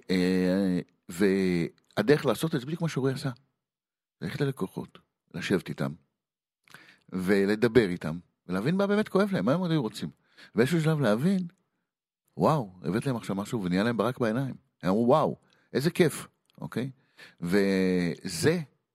[SPEAKER 1] והדרך לעשות את זה בדיוק מה שרועי עשה. ללכת ללקוחות, לשבת איתם. ולדבר איתם, ולהבין מה באמת כואב להם, מה הם עוד היו רוצים. באיזשהו שלב להבין, וואו, הבאת להם עכשיו משהו ונהיה להם ברק בעיניים. הם אמרו, וואו, איזה כיף, אוקיי? וזה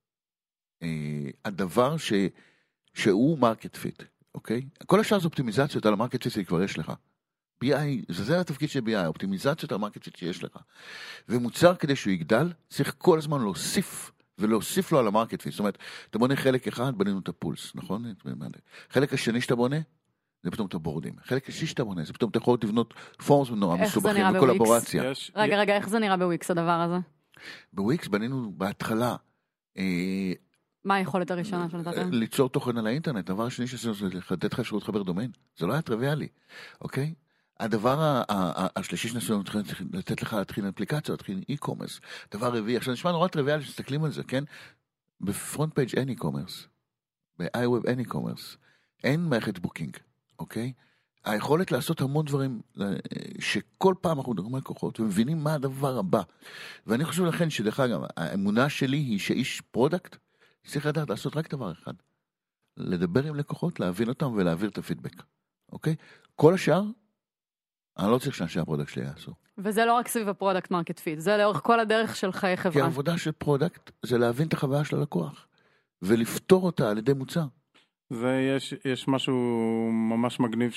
[SPEAKER 1] הדבר שהוא מרקט פיט, אוקיי? כל השאר זה אופטימיזציות על המרקט פיט שכבר יש לך. BI, זה התפקיד של BI, אופטימיזציות על המרקט פיט שיש לך. ומוצר כדי שהוא יגדל, צריך כל הזמן להוסיף ולהוסיף לו על המרקט פיט. זאת אומרת, אתה בונה חלק אחד, בנינו את הפולס, נכון? חלק השני שאתה בונה, זה פתאום את הבורדים. חלק השני שאתה בונה, זה פתאום אתה יכול לבנות פורמס נורא מסובכים וקולבורציה.
[SPEAKER 3] רגע, איך זה נראה בוויקס הדבר הזה?
[SPEAKER 1] בוויקס בנינו בהתחלה...
[SPEAKER 3] מה היכולת הראשונה שנתתם?
[SPEAKER 1] ליצור תוכן על האינטרנט. הדבר השני שעשינו זה לתת לך אפשרות לחבר דומיין. זה לא היה טריוויאלי, אוקיי? הדבר השלישי שנסו לתת לך להתחיל אפליקציה, להתחיל e-commerce. דבר רביעי, עכשיו נשמע נורא טריוויאלי שתסתכלים על זה, כן? בפרונט פייג' אין e-commerce, ב-iWeb אין e-commerce, אין מערכת בוקינג, אוקיי? היכולת לעשות המון דברים שכל פעם אנחנו מדברים על לקוחות ומבינים מה הדבר הבא. ואני חושב לכן שדרך אגב, האמונה שלי היא שאיש פרודקט צריך לדעת לעשות רק דבר אחד. לדבר עם לקוחות, להבין אותם ולהעביר את הפידבק, אוקיי? כל השאר אני לא צריך שאנשי הפרודקט שלי יעשו.
[SPEAKER 3] וזה לא רק סביב הפרודקט מרקט פיט, זה לאורך כל הדרך של חיי חברה.
[SPEAKER 1] כי העבודה של פרודקט זה להבין את החוויה של הלקוח, ולפתור אותה על ידי מוצר.
[SPEAKER 4] יש משהו ממש מגניב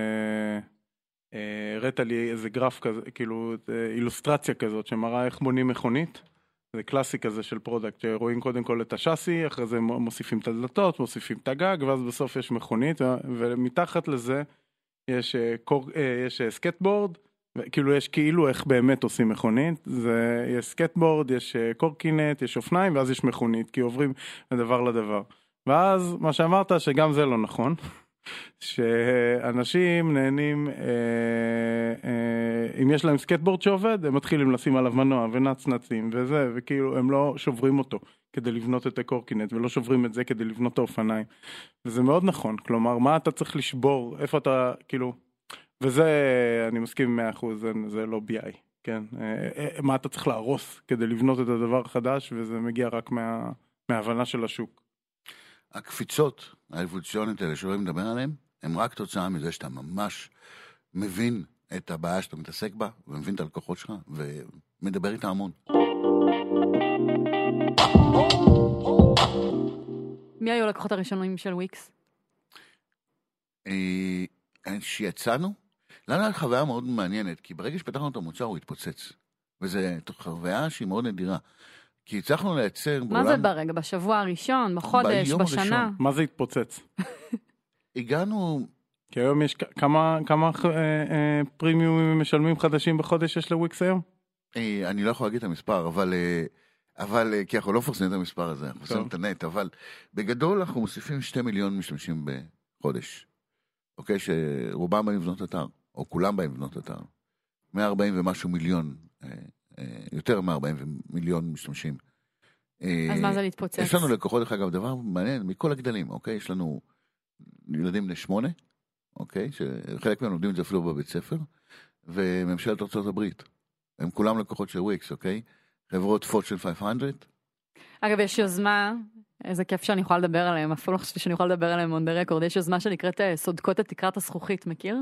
[SPEAKER 4] שהראית לי איזה גרף כזה, כאילו אילוסטרציה כזאת שמראה איך בונים מכונית. זה קלאסי כזה של פרודקט, שרואים קודם כל את השאסי, אחרי זה מוסיפים את הדלתות, מוסיפים את הגג, ואז בסוף יש מכונית, ומתחת לזה יש סקטבורד, כאילו יש כאילו איך באמת עושים מכונית, יש סקטבורד, יש קורקינט, יש אופניים, ואז יש מכונית, כי עוברים לדבר לדבר. ואז מה שאמרת שגם זה לא נכון, שאנשים נהנים, אם יש להם סקטבורד שעובד, הם מתחילים לשים עליו מנוע ונצנצים וזה, וכאילו הם לא שוברים אותו כדי לבנות את הקורקינט, ולא שוברים את זה כדי לבנות את האופניים. וזה מאוד נכון, כלומר, מה אתה צריך לשבור, איפה אתה, כאילו, וזה, אני מסכים 100%, זה לא BI, כן? מה אתה צריך להרוס כדי לבנות את הדבר החדש, וזה מגיע רק מההבנה של השוק.
[SPEAKER 1] הקפיצות האבולוציוניות האלה שלא מדבר עליהן, הן רק תוצאה מזה שאתה ממש מבין את הבעיה שאתה מתעסק בה, ומבין את הלקוחות שלך, ומדבר איתה המון.
[SPEAKER 3] מי היו הלקוחות הראשונים של וויקס?
[SPEAKER 1] שיצאנו, לנו היה חוויה מאוד מעניינת, כי ברגע שפתחנו את המוצר הוא התפוצץ, וזו חוויה שהיא מאוד נדירה, כי הצלחנו לייצר
[SPEAKER 3] מה זה ברגע? בשבוע הראשון, בחודש, בשנה?
[SPEAKER 4] מה זה התפוצץ?
[SPEAKER 1] הגענו...
[SPEAKER 4] כי היום יש כמה פרימיומים משלמים חדשים בחודש יש לוויקס היום?
[SPEAKER 1] אני לא יכול להגיד את המספר, אבל כי אנחנו לא מפרסמים את המספר הזה, אנחנו עושים את הנט, אבל בגדול אנחנו מוסיפים 2 מיליון משתמשים בחודש. אוקיי? שרובם באים לבנות אתר, או כולם באים לבנות אתר. 140 ומשהו מיליון, יותר מ-140 מיליון משתמשים.
[SPEAKER 3] אז מה זה להתפוצץ?
[SPEAKER 1] יש לנו לקוחות, דרך אגב, דבר מעניין, מכל הגדלים, אוקיי? יש לנו ילדים ל8, אוקיי? שחלק מהם לומדים את זה אפילו בבית ספר, וממשלת ארצות הברית. הם כולם לקוחות של וויקס, אוקיי? חברות פורצ'ן 500.
[SPEAKER 3] אגב, יש יוזמה, איזה כיף שאני יכולה לדבר עליהם, אפילו לא חשבתי שאני יכולה לדבר עליהם on the record, יש יוזמה שנקראת סודקות את תקרת הזכוכית, מכיר?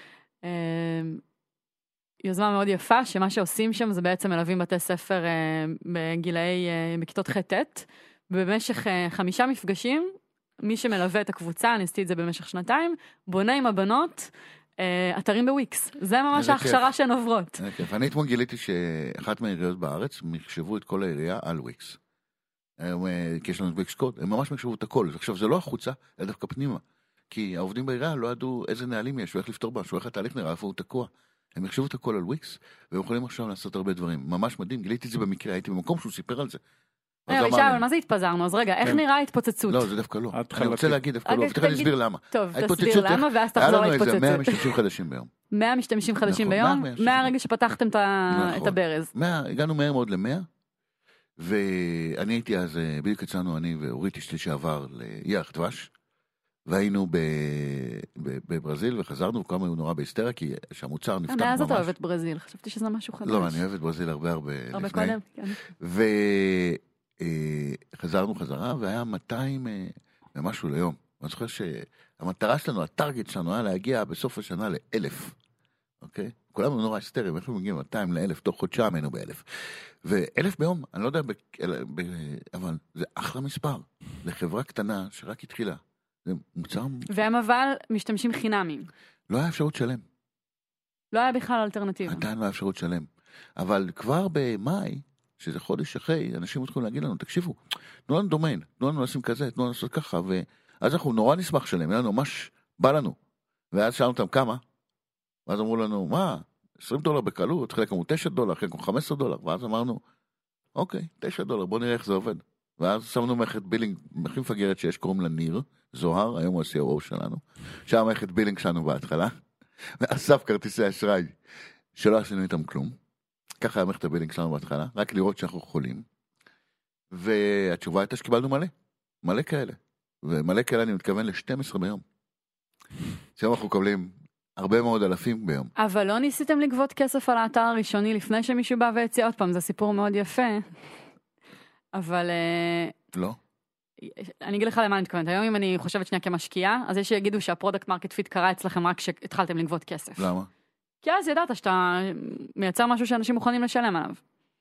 [SPEAKER 3] יוזמה מאוד יפה, שמה שעושים שם זה בעצם מלווים בתי ספר בגילאי, בכיתות ח'-ט', ובמשך 5 מפגשים, מי שמלווה את הקבוצה, אני עשיתי את זה במשך 2, בונה עם הבנות, אתרים בוויקס. זה ממש ההכשרה שהן עוברות.
[SPEAKER 1] אני אתמול גיליתי שאחת מהעיריות בארץ מחשבו את כל העירייה על וויקס. כי יש לנו וויקס קוד, הם ממש מחשבו את הכל. עכשיו, זה לא החוצה, אלא דווקא פנימה. כי העובדים בעירייה לא ידעו איזה נהלים יש, ואיך לפתור משהו, איך התהליך נראה, איפה הוא תקוע. הם מחשבו את הכל על וויקס, והם יכולים עכשיו לעשות הרבה דברים. ממש מדהים, גיליתי את זה במקרה, הייתי במקום שהוא סיפר על זה.
[SPEAKER 3] אבל מה זה התפזרנו? אז רגע, איך נראה ההתפוצצות?
[SPEAKER 1] לא, זה דווקא לא. אני רוצה להגיד דווקא לא, ותכף נסביר למה.
[SPEAKER 3] טוב, תסביר למה, ואז תחזור להתפוצצות.
[SPEAKER 1] היה לנו 100 משתמשים חדשים ביום.
[SPEAKER 3] 100 משתמשים חדשים ביום? מהרגע שפתחתם את הברז.
[SPEAKER 1] הגענו מהר מאוד ל100, ואני הייתי אז, בדיוק יצאנו אני ואורית אשתי שעבר לירח דבש, והיינו בברזיל וחזרנו, וכמה היו נורא בהיסטריה, כי שהמוצר נפתח ממש.
[SPEAKER 3] מאז אתה אוהב את ברזיל, חשבתי שזה משהו חדש.
[SPEAKER 1] לא, אני אוהב את ברזיל הרבה
[SPEAKER 3] הרבה קודם, כן.
[SPEAKER 1] וחזרנו חזרה, והיה 200 ומשהו ליום. אני זוכר שהמטרה שלנו, הטרגט שלנו היה להגיע בסוף השנה ל1,000. אוקיי? כולנו נורא היסטריים, איך אנחנו מגיעים 200 ל1,000, תוך חודשיים היינו ב1,000. ו1,000 ביום, אני לא יודע, אבל זה אחלה מספר. לחברה קטנה שרק התחילה. זה מוצר...
[SPEAKER 3] והם אבל משתמשים חינמים.
[SPEAKER 1] לא היה אפשרות שלם.
[SPEAKER 3] לא היה בכלל אלטרנטיבה.
[SPEAKER 1] עדיין לא היה אפשרות שלם. אבל כבר במאי, שזה חודש אחרי, אנשים מתחילים להגיד לנו, תקשיבו, תנו לנו דומיין, תנו לנו לשים כזה, תנו לנו לעשות ככה, ואז אנחנו נורא נשמח שלם, היה לנו ממש בא לנו. ואז שאלנו אותם כמה, ואז אמרו לנו, מה, $20 בקלות, חלק אמרו $9, חלק אמרו $15, ואז אמרנו, אוקיי, $9, בוא נראה איך זה עובד. ואז שמנו מערכת בילינג, הכי מפגרת שיש, קוראים לה ניר, זוהר, היום הוא ה-COO שלנו, שהיה מערכת בילינג שלנו בהתחלה, ואסף כרטיסי אשראי, שלא עשינו איתם כלום, ככה היה מערכת הבילינג שלנו בהתחלה, רק לראות שאנחנו חולים, והתשובה הייתה שקיבלנו מלא כאלה, ומלא כאלה אני מתכוון ל-12 ביום. היום אנחנו מקבלים הרבה מאוד אלפים ביום.
[SPEAKER 3] אבל לא ניסיתם לגבות כסף על האתר הראשוני לפני שמישהו בא והציע עוד פעם, זה סיפור מאוד יפה, אבל...
[SPEAKER 1] לא.
[SPEAKER 3] אני אגיד לך למה אני מתכוונת, היום אם אני חושבת שנייה כמשקיעה, אז יש שיגידו שהפרודקט מרקט פיט קרה אצלכם רק כשהתחלתם לגבות כסף.
[SPEAKER 1] למה?
[SPEAKER 3] כי אז ידעת שאתה מייצר משהו שאנשים מוכנים לשלם עליו.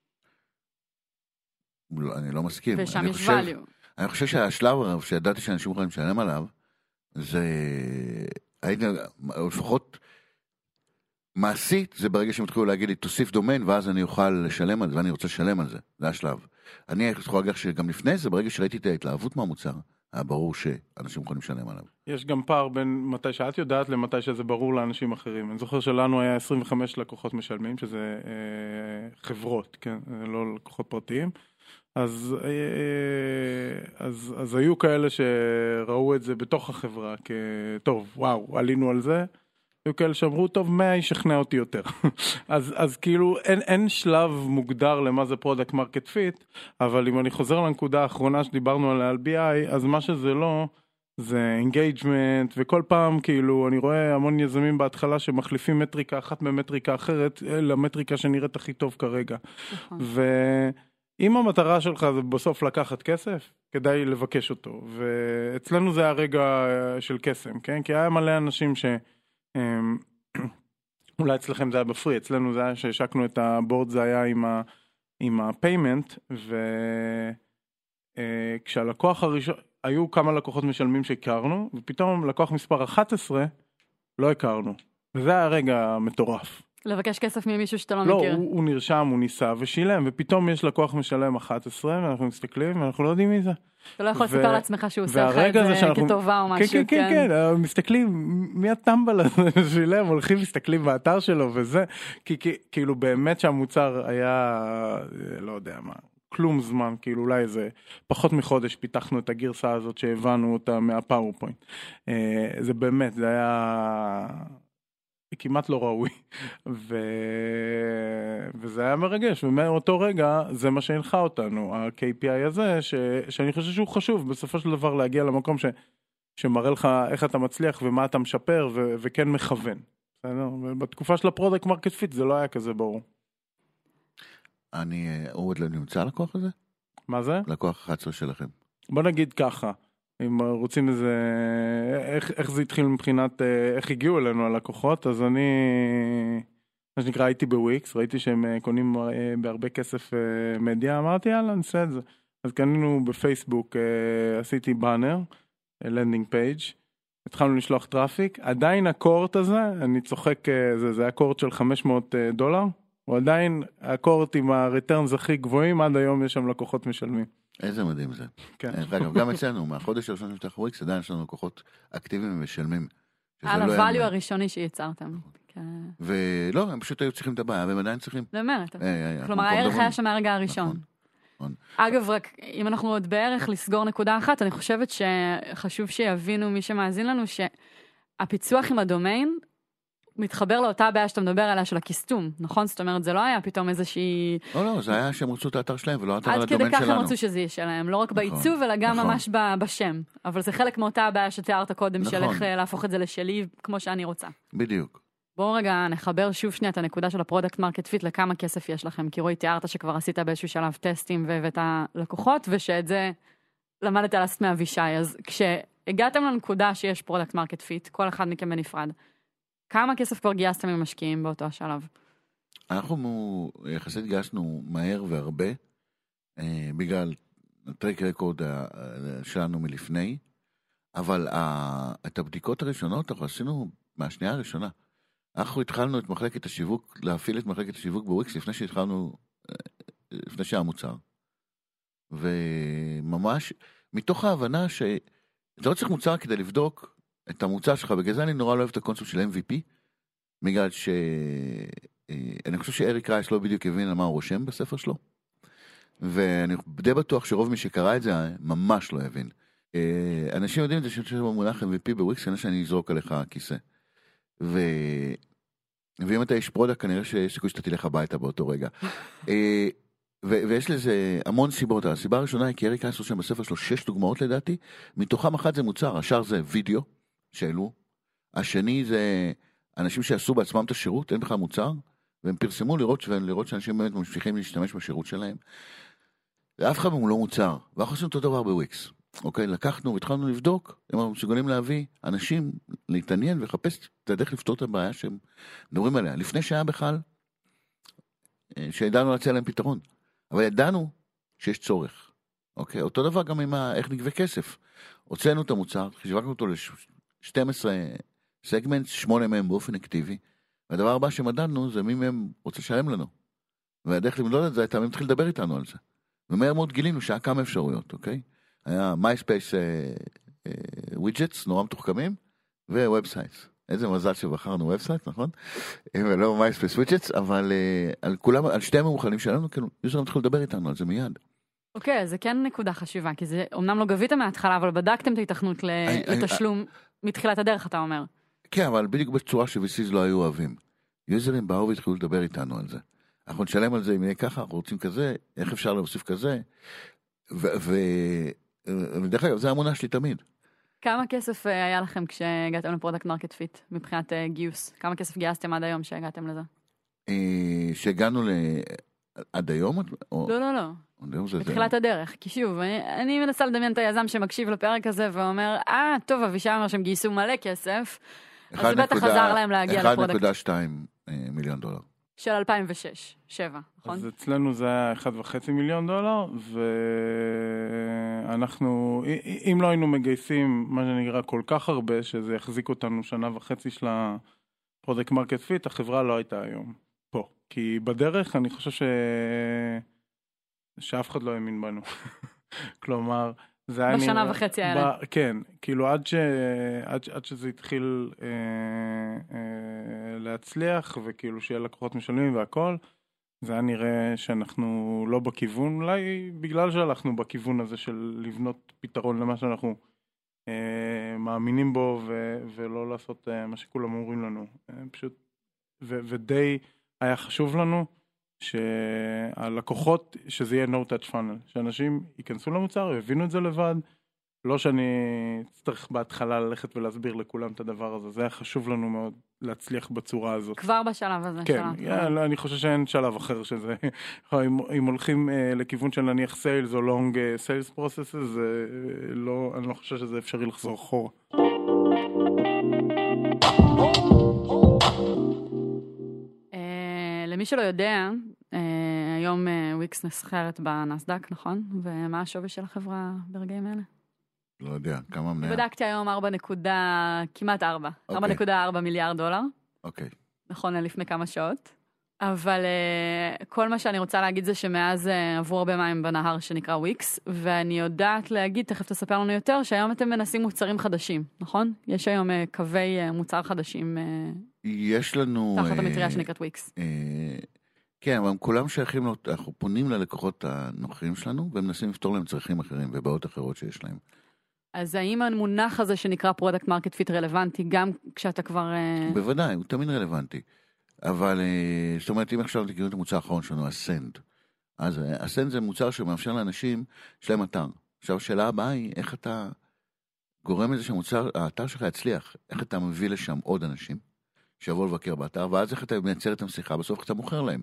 [SPEAKER 1] לא, אני לא מסכים.
[SPEAKER 3] ושם יש value.
[SPEAKER 1] אני חושב שהשלב שידעתי שאנשים מוכנים לשלם עליו, זה... הייתי, לפחות מעשית, זה ברגע שהם התחילו להגיד לי, תוסיף דומיין, ואז אני אוכל לשלם על זה, ואני רוצה לשלם על זה. זה השלב. אני יכול להגיד שגם לפני זה, ברגע שראיתי את ההתלהבות מהמוצר, היה ברור שאנשים יכולים לשלם עליו.
[SPEAKER 4] יש גם פער בין מתי שאת יודעת למתי שזה ברור לאנשים אחרים. אני זוכר שלנו היה 25 לקוחות משלמים, שזה חברות, כן? לא לקוחות פרטיים. אז היו כאלה שראו את זה בתוך החברה, טוב, וואו, עלינו על זה. היו כאלה שאמרו, טוב, 100 ישכנע אותי יותר. אז כאילו, אין שלב מוגדר למה זה פרודקט מרקט פיט, אבל אם אני חוזר לנקודה האחרונה שדיברנו עליה על BI, אז מה שזה לא, זה אינגייג'מנט, וכל פעם כאילו, אני רואה המון יזמים בהתחלה שמחליפים מטריקה אחת במטריקה אחרת, למטריקה שנראית הכי טוב כרגע. ואם המטרה שלך זה בסוף לקחת כסף, כדאי לבקש אותו. ואצלנו זה הרגע של קסם, כן? כי היה מלא אנשים אולי אצלכם זה היה בפרי, אצלנו זה היה שהשקנו את הבורד, זה היה עם הפיימנט, וכשהלקוח הראשון, היו כמה לקוחות משלמים שהכרנו, ופתאום לקוח מספר 11 לא הכרנו, וזה היה רגע מטורף.
[SPEAKER 3] לבקש כסף ממישהו שאתה לא
[SPEAKER 4] לא,
[SPEAKER 3] מכיר.
[SPEAKER 4] הוא נרשם, הוא ניסה ושילם, ופתאום יש לקוח משלם 11, ואנחנו מסתכלים, ואנחנו לא יודעים מי זה.
[SPEAKER 3] אתה לא יכול לספר לעצמך שהוא עושה לך
[SPEAKER 4] והרגע
[SPEAKER 3] את
[SPEAKER 4] זה
[SPEAKER 3] זה
[SPEAKER 4] שאנחנו-
[SPEAKER 3] כטובה או משהו.
[SPEAKER 4] כן, מסתכלים, מי הטמבל הזה שילם, הולכים, מסתכלים באתר שלו וזה, כי כאילו באמת שהמוצר היה, לא יודע מה, כלום זמן, כאילו אולי איזה פחות מחודש פיתחנו את הגרסה הזאת שהבנו אותה מהפאורפוינט. זה באמת, זה היה כמעט לא ראוי, וזה היה מרגש, ומאותו רגע זה מה שהנחה אותנו, ה-KPI הזה, שאני חושב שהוא חשוב, בסופו של דבר להגיע למקום שמראה לך איך אתה מצליח ומה אתה משפר, וכן מכוון. בסדר? ובתקופה של הפרודקט מרקט פיט זה לא היה כזה ברור.
[SPEAKER 1] הוא עוד לא נמצא לקוח הזה?
[SPEAKER 4] מה זה?
[SPEAKER 1] לקוח 11 שלכם.
[SPEAKER 4] בוא נגיד ככה, אם רוצים איזה, איך זה התחיל מבחינת, איך הגיעו אלינו הלקוחות, אז אני, מה שנקרא, הייתי בוויקס, ראיתי שהם קונים בהרבה כסף מדיה, אמרתי יאללה נעשה את זה. אז קנינו בפייסבוק, עשיתי באנר, לנדינג פייג', התחלנו לשלוח טראפיק, עדיין הקורט הזה, אני צוחק, זה היה קורט של $500, הוא עדיין הקורט עם הרטרנס הכי גבוהים, עד היום יש שם לקוחות משלמים.
[SPEAKER 1] איזה מדהים זה.
[SPEAKER 4] כן.
[SPEAKER 1] גם אצלנו, מהחודש הראשון של וויקס, עדיין יש לנו לקוחות אקטיביים ומשלמים.
[SPEAKER 3] על הvalue הראשוני שיצרתם.
[SPEAKER 1] ולא, הם פשוט היו צריכים את הבעיה, והם עדיין צריכים.
[SPEAKER 3] באמת. כלומר, הערך היה שם מהרגע הראשון. אגב, רק אם אנחנו עוד בערך לסגור נקודה אחת, אני חושבת שחשוב שיבינו מי שמאזין לנו, שהפיצוח עם הדומיין מתחבר לאותה בעיה שאתה מדבר עליה של הכיסטום, נכון? זאת אומרת, זה לא היה פתאום איזושהי...
[SPEAKER 1] לא, זה היה שהם רצו את האתר שלהם, ולא האתר על
[SPEAKER 3] עד
[SPEAKER 1] הדומיין
[SPEAKER 3] כדי
[SPEAKER 1] שלנו.
[SPEAKER 3] כך הם רצו שזה יהיה שלהם, לא רק בעיצוב, אלא גם ממש בשם. אבל זה חלק מאותה הבעיה שתיארת קודם, של איך להפוך את זה לשלי, כמו שאני רוצה.
[SPEAKER 1] בדיוק.
[SPEAKER 3] בואו רגע נחבר שוב שנייה את הנקודה של הפרודקט מרקט פיט, לכמה כסף יש לכם, כי רואי תיארת שכבר עשית באיזשהו שלב טסטים והבאת לקוחות, ושאת זה למדת לעשות מאבישי. אז כשהגעתם לנקודה שיש פרודקט מרקט פיט, כל אחד מכם בנפרד, כמה כסף כבר גייסתם ממשקיעים באותו השלב?
[SPEAKER 1] אנחנו יחסית גייסנו מהר והרבה, בגלל הטרק רקורד שלנו מלפני, אבל את הבדיקות הראשונות אנחנו עשינו מהשנייה הראשונה. אנחנו התחלנו את מחלקת השיווק, להפעיל את מחלקת השיווק בוויקס לפני שהתחלנו, לפני שהיה מוצר. וממש, מתוך ההבנה שאתה לא צריך מוצר כדי לבדוק את המוצר שלך, בגלל זה אני נורא לא אוהב את הקונספט של MVP, בגלל אני חושב שאריק רייס לא בדיוק הבין על מה הוא רושם בספר שלו, ואני די בטוח שרוב מי שקרא את זה ממש לא הבין. אנשים יודעים את זה שיש במונח MVP בוויקס, כנראה שאני אזרוק עליך כיסא. ואם אתה איש פרודקט, כנראה שיש סיכוי שאתה תלך הביתה באותו רגע. ויש לזה המון סיבות. הסיבה הראשונה היא כי אריק רייס רושם בספר שלו 6 דוגמאות לדעתי, מתוכם אחת זה מוצר, השאר זה וידאו שאלו, השני זה אנשים שעשו בעצמם את השירות, אין בכלל מוצר, והם פרסמו לראות שאנשים באמת ממשיכים להשתמש בשירות שלהם, ואף אחד מהם לא מוצר, ואנחנו עשינו אותו דבר בוויקס. אוקיי, לקחנו והתחלנו לבדוק, הם מסוגלים להביא אנשים להתעניין ולחפש את הדרך לפתור את הבעיה שהם מדברים עליה, לפני שהיה בכלל, שידענו להציע להם פתרון, אבל ידענו שיש צורך, אוקיי, אותו דבר גם עם איך נגבה כסף, הוצאנו את המוצר, שיווקנו אותו ל-12 סגמנט, 8 מהם באופן אקטיבי, והדבר הבא שמדדנו זה מי מהם רוצה לשלם לנו, והדרך למדוד את זה הייתה, הם צריכים לדבר איתנו על זה, ומהר מאוד גילינו שהיה כמה אפשרויות, אוקיי? היה MySpace widgets, נורא מתוחכמים, ווובסייטס. איזה מזל שבחרנו וובסייט, נכון? ולא MySpace widgets, אבל על שתי המאוחלים שלנו, כאילו, יוזרים התחילו לדבר איתנו על זה מיד.
[SPEAKER 3] אוקיי, זה כן נקודה חשובה, כי זה אומנם לא גביתם מההתחלה, אבל בדקתם את ההתכנות לתשלום מתחילת הדרך, אתה אומר.
[SPEAKER 1] כן, אבל בדיוק בצורה ש-VCs לא היו אוהבים. יוזרים באו והתחילו לדבר איתנו על זה. אנחנו נשלם על זה, אם נהיה ככה, אנחנו רוצים כזה, איך אפשר להוסיף כזה, ודרך אגב, זה האמונה שלי תמיד.
[SPEAKER 3] כמה כסף היה לכם כשהגעתם לפרודקט מרקט פיט, מבחינת גיוס? כמה כסף גייסתם עד היום שהגעתם לזה?
[SPEAKER 1] שהגענו עד היום?
[SPEAKER 3] לא. בתחילת הדרך, כי שוב, אני מנסה לדמיין את היזם שמקשיב לפרק הזה ואומר, טוב, אבישי אומר שהם גייסו מלא כסף, אז זה בטח עזר להם להגיע לפרודקט.
[SPEAKER 1] 1.2 מיליון דולר.
[SPEAKER 3] של 2006, 2007, נכון?
[SPEAKER 4] אז אצלנו זה היה $1.5 מיליון, ואנחנו, אם לא היינו מגייסים, מה שנקרא, כל כך הרבה, שזה יחזיק אותנו 1.5 שנה פרודקט מרקט פיט, החברה לא הייתה היום פה. כי בדרך אני חושב שאף אחד לא האמין בנו. כלומר, זה היה
[SPEAKER 3] בשנה וחצי האלה.
[SPEAKER 4] כן, כאילו עד שזה התחיל להצליח, וכאילו שיהיה לקוחות משלמים והכל, זה היה נראה שאנחנו לא בכיוון, אולי בגלל שהלכנו בכיוון הזה של לבנות פתרון למה שאנחנו מאמינים בו, ולא לעשות מה שכולם אומרים לנו. פשוט, ודי היה חשוב לנו שהלקוחות, שזה יהיה no touch funnel, שאנשים ייכנסו למוצר, יבינו את זה לבד, לא שאני צריך בהתחלה ללכת ולהסביר לכולם את הדבר הזה, זה היה חשוב לנו מאוד להצליח בצורה הזאת.
[SPEAKER 3] כבר בשלב הזה.
[SPEAKER 4] כן, אני חושב שאין שלב אחר שזה, אם הולכים לכיוון של נניח sales או long sales processes, אני לא חושב שזה אפשרי לחזור אחורה.
[SPEAKER 3] למי שלא יודע, היום וויקס נסחרת בנסדק, נכון? ומה השווי של החברה ברגעים האלה?
[SPEAKER 1] לא יודע, כמה מניה?
[SPEAKER 3] בדקתי היום כמעט 4.4 מיליארד דולר.
[SPEAKER 1] אוקיי.
[SPEAKER 3] נכון, לפני כמה שעות. אבל כל מה שאני רוצה להגיד זה שמאז עברו הרבה מים בנהר שנקרא וויקס, ואני יודעת להגיד, תכף תספר לנו יותר, שהיום אתם מנסים מוצרים חדשים, נכון? יש היום קווי מוצר חדשים.
[SPEAKER 1] יש לנו...
[SPEAKER 3] תחת המטריה שנקראת וויקס.
[SPEAKER 1] כן, אבל כולם שייכים, אנחנו פונים ללקוחות הנוכחים שלנו, ומנסים לפתור להם צרכים אחרים ובעיות אחרות שיש להם.
[SPEAKER 3] אז האם המונח הזה שנקרא פרודקט מרקט פיט רלוונטי, גם כשאתה כבר...
[SPEAKER 1] בוודאי, הוא תמיד רלוונטי. אבל, זאת אומרת, אם עכשיו תגידו את המוצר האחרון שלנו, אסנד. אז אסנד זה מוצר שמאפשר לאנשים, יש להם אתר. עכשיו, השאלה הבאה היא, איך אתה גורם לזה שהאתר שלך יצליח? איך אתה מביא לשם עוד אנשים שיבואו לבקר באתר, ואז איך אתה מייצר את המשיכה, בסוף אתה מוכר להם.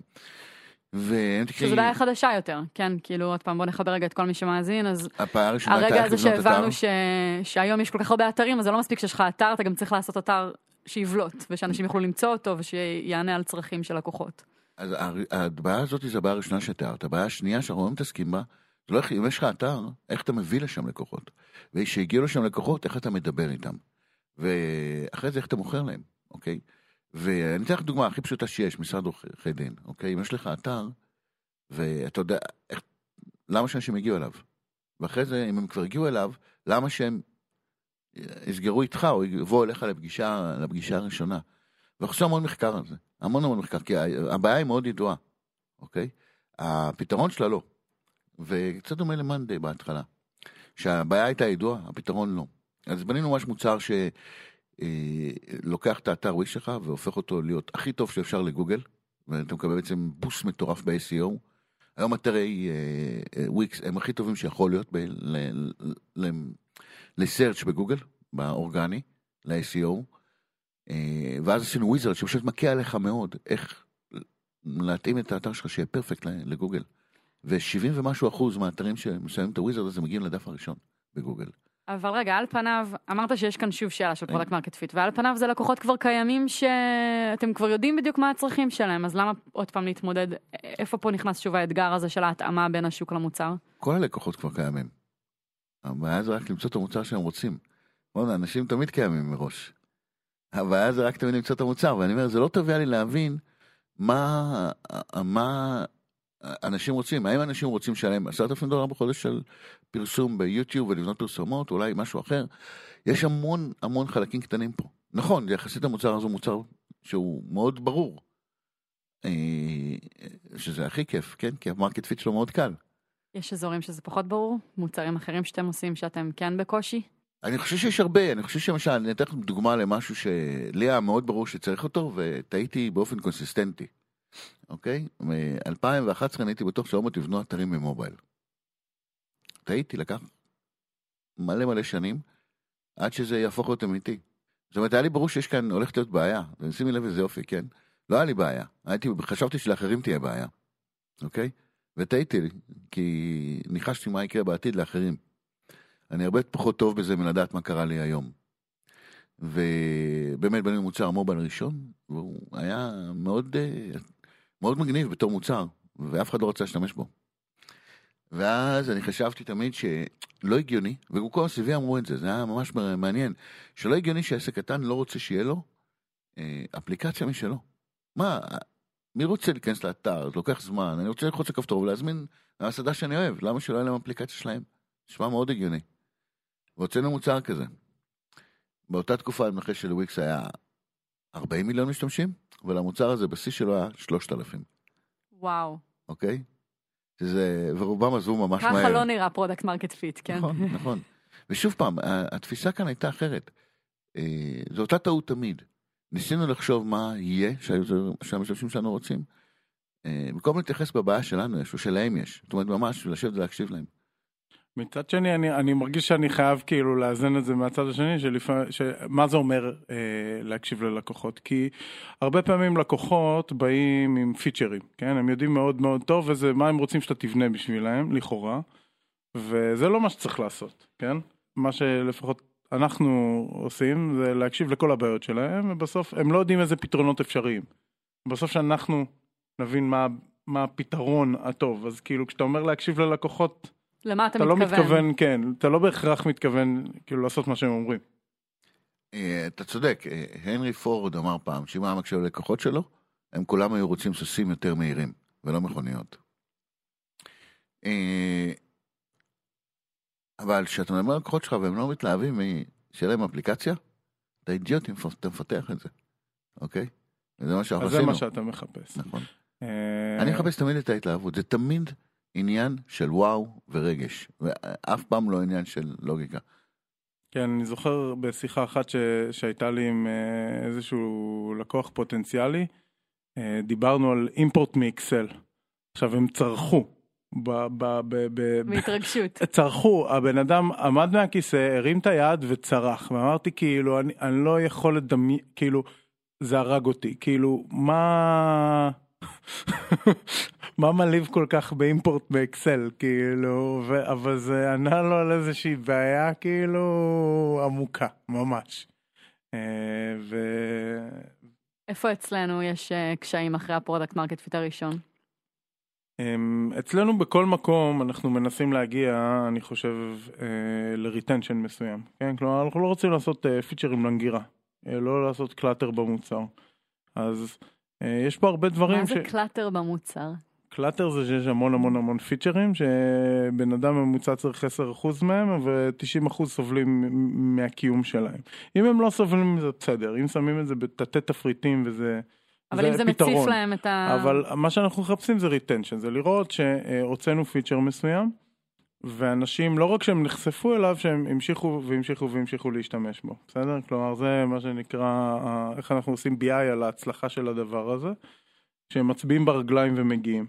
[SPEAKER 3] שזו בעיה חדשה יותר, כן, כאילו, עוד פעם, בוא נחבר רגע את כל מי שמאזין, אז
[SPEAKER 1] הרגע
[SPEAKER 3] הזה שהבנו שהיום יש כל כך הרבה אתרים, אז זה לא מספיק שיש לך אתר, אתה גם צריך לעשות אתר שיבלוט, ושאנשים יוכלו למצוא אותו, ושיענה על צרכים של לקוחות.
[SPEAKER 1] אז הבעיה הזאת היא הבעיה הראשונה שתיארת, הבעיה השנייה שאנחנו לא מתעסקים בה, זה לא אם יש לך אתר, איך אתה מביא לשם לקוחות, ושהגיעו לשם לקוחות, איך אתה מדבר איתם, ואחרי זה איך אתה מוכר להם, אוקיי? ואני אתן לך דוגמה הכי פשוטה שיש, משרד עורכי דין, אוקיי? אם יש לך אתר, ואתה יודע, למה שאנשים הגיעו אליו? ואחרי זה, אם הם כבר הגיעו אליו, למה שהם יסגרו איתך, או יבואו אליך לפגישה הראשונה? ואנחנו עושים המון מחקר על זה, המון מחקר, כי הבעיה היא מאוד ידועה, אוקיי? הפתרון שלה לא. וקצת דומה למנדי בהתחלה. שהבעיה הייתה ידועה, הפתרון לא. אז בנינו ממש מוצר לוקח את האתר וויקס שלך והופך אותו להיות הכי טוב שאפשר לגוגל, ואתה מקבל בעצם בוס מטורף ב-SEO. היום אתרי וויקס הם הכי טובים שיכול להיות לסרצ' בגוגל, באורגני, ל-SEO, ואז עשינו וויזרד שפשוט מכה עליך מאוד איך להתאים את האתר שלך שיהיה פרפקט לגוגל. ו70 ומשהו אחוז מהאתרים שמסיימים את הוויזרד הזה מגיעים לדף הראשון בגוגל.
[SPEAKER 3] אבל רגע, על פניו, אמרת שיש כאן שוב שאלה של פרודקט מרקט פיט, ועל פניו זה לקוחות כבר קיימים שאתם כבר יודעים בדיוק מה הצרכים שלהם, אז למה עוד פעם להתמודד, איפה פה נכנס שוב האתגר הזה של ההתאמה בין השוק למוצר?
[SPEAKER 1] כל הלקוחות כבר קיימים. הבעיה זה רק למצוא את המוצר שהם רוצים. אנשים תמיד קיימים מראש. הבעיה זה רק תמיד למצוא את המוצר, ואני אומר, זה לא טבע לי להבין מה אנשים רוצים. האם אנשים רוצים שלהם $10,000 בחודש של פרסום ביוטיוב ולבנות פרסומות, אולי משהו אחר? יש המון חלקים קטנים פה. נכון, יחסית המוצר הזה הוא מוצר שהוא מאוד ברור. שזה הכי כיף, כן? כי המרקט פיט שלו מאוד קל.
[SPEAKER 3] יש אזורים שזה פחות ברור? מוצרים אחרים שאתם עושים שאתם כן בקושי?
[SPEAKER 1] אני חושב שיש הרבה, אני חושב שמשל, אני אתן לך דוגמה למשהו שלי היה מאוד ברור שצריך אותו, וטעיתי באופן קונסיסטנטי. אוקיי? מ-2011 הייתי בטוח שהאומות יבנו אתרים במובייל. טעיתי, לקח מלא שנים, עד שזה יהפוך להיות אמיתי. זאת אומרת, היה לי ברור שיש כאן הולכת להיות בעיה, ושימי לב איזה יופי, כן? לא היה לי בעיה. חשבתי שלאחרים תהיה בעיה. אוקיי? וטעיתי לי, כי ניחשתי מה יקרה בעתיד לאחרים. אני הרבה פחות טוב בזה מלדעת מה קרה לי היום. ובאמת בנינו מוצר המובייל הראשון, והוא היה מאוד מגניב בתור מוצר, ואף אחד לא רצה להשתמש בו. ואז אני חשבתי תמיד שלא הגיוני, וכל הסביבי אמרו את זה, זה היה ממש מעניין, שלא הגיוני שעסק קטן לא רוצה שיהיה לו אפליקציה משלו. מה, מי רוצה להיכנס לאתר? זה לוקח זמן, אני רוצה ללחוץ לכפתור ולהזמין מהסעדה שאני אוהב, למה שלא יהיה להם אפליקציה שלהם? נשמע מאוד הגיוני. והוצאנו מוצר כזה. באותה תקופה המחיר של וויקס היה 40 מיליון משתמשים, אבל המוצר הזה בשיא שלו היה 3,000.
[SPEAKER 3] וואו.
[SPEAKER 1] אוקיי? ורובם עזבו ממש מהר.
[SPEAKER 3] ככה לא נראה פרודקט מרקט פיט, כן?
[SPEAKER 1] נכון, נכון. ושוב פעם, התפיסה כאן הייתה אחרת. זו אותה טעות תמיד. ניסינו לחשוב מה יהיה שהמשתמשים שלנו רוצים. במקום להתייחס בבעיה שלנו יש, או שלהם יש. זאת אומרת, ממש, לשבת ולהקשיב להם.
[SPEAKER 4] מצד שני, אני מרגיש שאני חייב כאילו לאזן את זה מהצד השני, מה זה אומר להקשיב ללקוחות? כי הרבה פעמים לקוחות באים עם פיצ'רים, כן? הם יודעים מאוד מאוד טוב, וזה מה הם רוצים שאתה תבנה בשבילהם, לכאורה, וזה לא מה שצריך לעשות, כן? מה שלפחות אנחנו עושים זה להקשיב לכל הבעיות שלהם, ובסוף הם לא יודעים איזה פתרונות אפשריים. בסוף שאנחנו נבין מה הפתרון הטוב, אז כאילו כשאתה אומר להקשיב ללקוחות,
[SPEAKER 3] למה אתה
[SPEAKER 4] מתכוון?
[SPEAKER 3] מתכוון?
[SPEAKER 4] אתה לא מתכוון, כן, אתה לא בהכרח מתכוון כאילו לעשות מה שהם אומרים.
[SPEAKER 1] אתה צודק, הנרי פורד אמר פעם, שאם היה מקשיב ללקוחות שלו, הם כולם היו רוצים סוסים יותר מהירים, ולא מכוניות. אבל כשאתה מדבר על לקוחות שלך, והם לא מתלהבים שיהיה להם אפליקציה, אתה אידיוט אם אתה מפתח את זה, אוקיי? זה מה שאנחנו עשינו.
[SPEAKER 4] אז זה מה שאתה מחפש.
[SPEAKER 1] נכון. אני מחפש תמיד את ההתלהבות, זה תמיד עניין של וואו ורגש, ואף פעם לא עניין של לוגיקה.
[SPEAKER 4] כן, אני זוכר בשיחה אחת שהייתה לי עם איזשהו לקוח פוטנציאלי, דיברנו על אימפורט מאקסל. עכשיו הם צרכו.
[SPEAKER 3] בהתרגשות.
[SPEAKER 4] צרכו, הבן אדם עמד מהכיסא, הרים את היד וצרח, ואמרתי כאילו, אני לא יכול לדמיין, כאילו, זה הרג אותי, כאילו, מה מליב כל כך באימפורט באקסל, כאילו, אבל זה ענה לו על איזושהי בעיה, כאילו, עמוקה, ממש.
[SPEAKER 3] איפה אצלנו יש קשיים אחרי הפרודקט מרקט פיט הראשון?
[SPEAKER 4] אצלנו בכל מקום אנחנו מנסים להגיע, אני חושב, לריטנשן מסוים, כן? כלומר, אנחנו לא רוצים לעשות פיצ'רים לנגירה, לא לעשות קלאטר במוצר. אז יש פה הרבה דברים
[SPEAKER 3] מה זה קלאטר במוצר?
[SPEAKER 4] קלאטר זה שיש המון פיצ'רים, שבן אדם ממוצע צריך 10% מהם, ו90% סובלים מהקיום שלהם. אם הם לא סובלים מזה, בסדר. אם שמים את זה בתתי תפריטים וזה...
[SPEAKER 3] אבל אם זה מציף להם את
[SPEAKER 4] אבל מה שאנחנו מחפשים זה ריטנשן, זה לראות שהוצאנו פיצ'ר מסוים, ואנשים לא רק שהם נחשפו אליו, שהם המשיכו להשתמש בו, בסדר? כלומר זה מה שנקרא, איך אנחנו עושים BI על ההצלחה של הדבר הזה, שהם מצביעים ברגליים ומגיעים.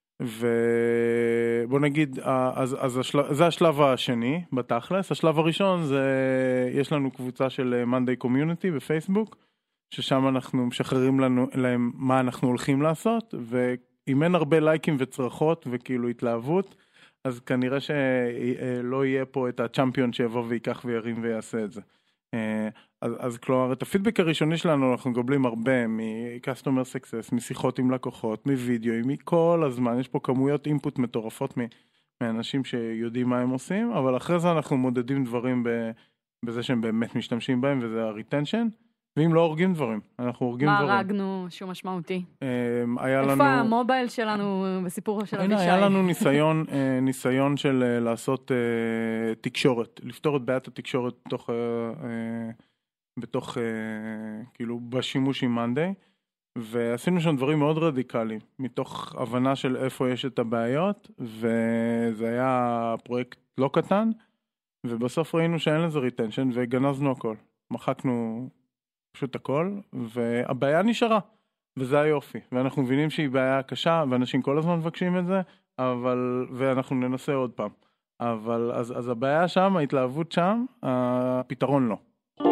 [SPEAKER 4] ובוא נגיד, זה השלב השני בתכלס, השלב הראשון זה, יש לנו קבוצה של Monday Community בפייסבוק, ששם אנחנו משחררים להם מה אנחנו הולכים לעשות, ואם אין הרבה לייקים וצרחות וכאילו התלהבות, אז כנראה שלא יהיה פה את הצ'אמפיון שיבוא ויקח וירים ויעשה את זה. אז כלומר, את הפידבק הראשוני שלנו אנחנו גובלים הרבה מ-Customer Success, משיחות עם לקוחות, מווידאו, מכל הזמן, יש פה כמויות אינפוט מטורפות מאנשים שיודעים מה הם עושים, אבל אחרי זה אנחנו מודדים דברים בזה שהם באמת משתמשים בהם, וזה ה-retention. ואם לא הורגים דברים, אנחנו הורגים דברים.
[SPEAKER 3] מה הרגנו שהוא משמעותי?
[SPEAKER 4] היה לנו...
[SPEAKER 3] איפה המובייל שלנו בסיפור של אבישי?
[SPEAKER 4] היה לנו ניסיון של לעשות תקשורת, לפתור את בעיית התקשורת בתוך כאילו בשימוש עם Monday, ועשינו שם דברים מאוד רדיקליים, מתוך הבנה של איפה יש את הבעיות, וזה היה פרויקט לא קטן, ובסוף ראינו שאין לזה ריטנשן, וגנזנו הכל. מחקנו... פשוט הכל, והבעיה נשארה, וזה היופי, ואנחנו מבינים שהיא בעיה קשה, ואנשים כל הזמן מבקשים את זה, ואנחנו ננסה עוד פעם, אבל אז הבעיה שם, ההתלהבות שם, הפתרון לא.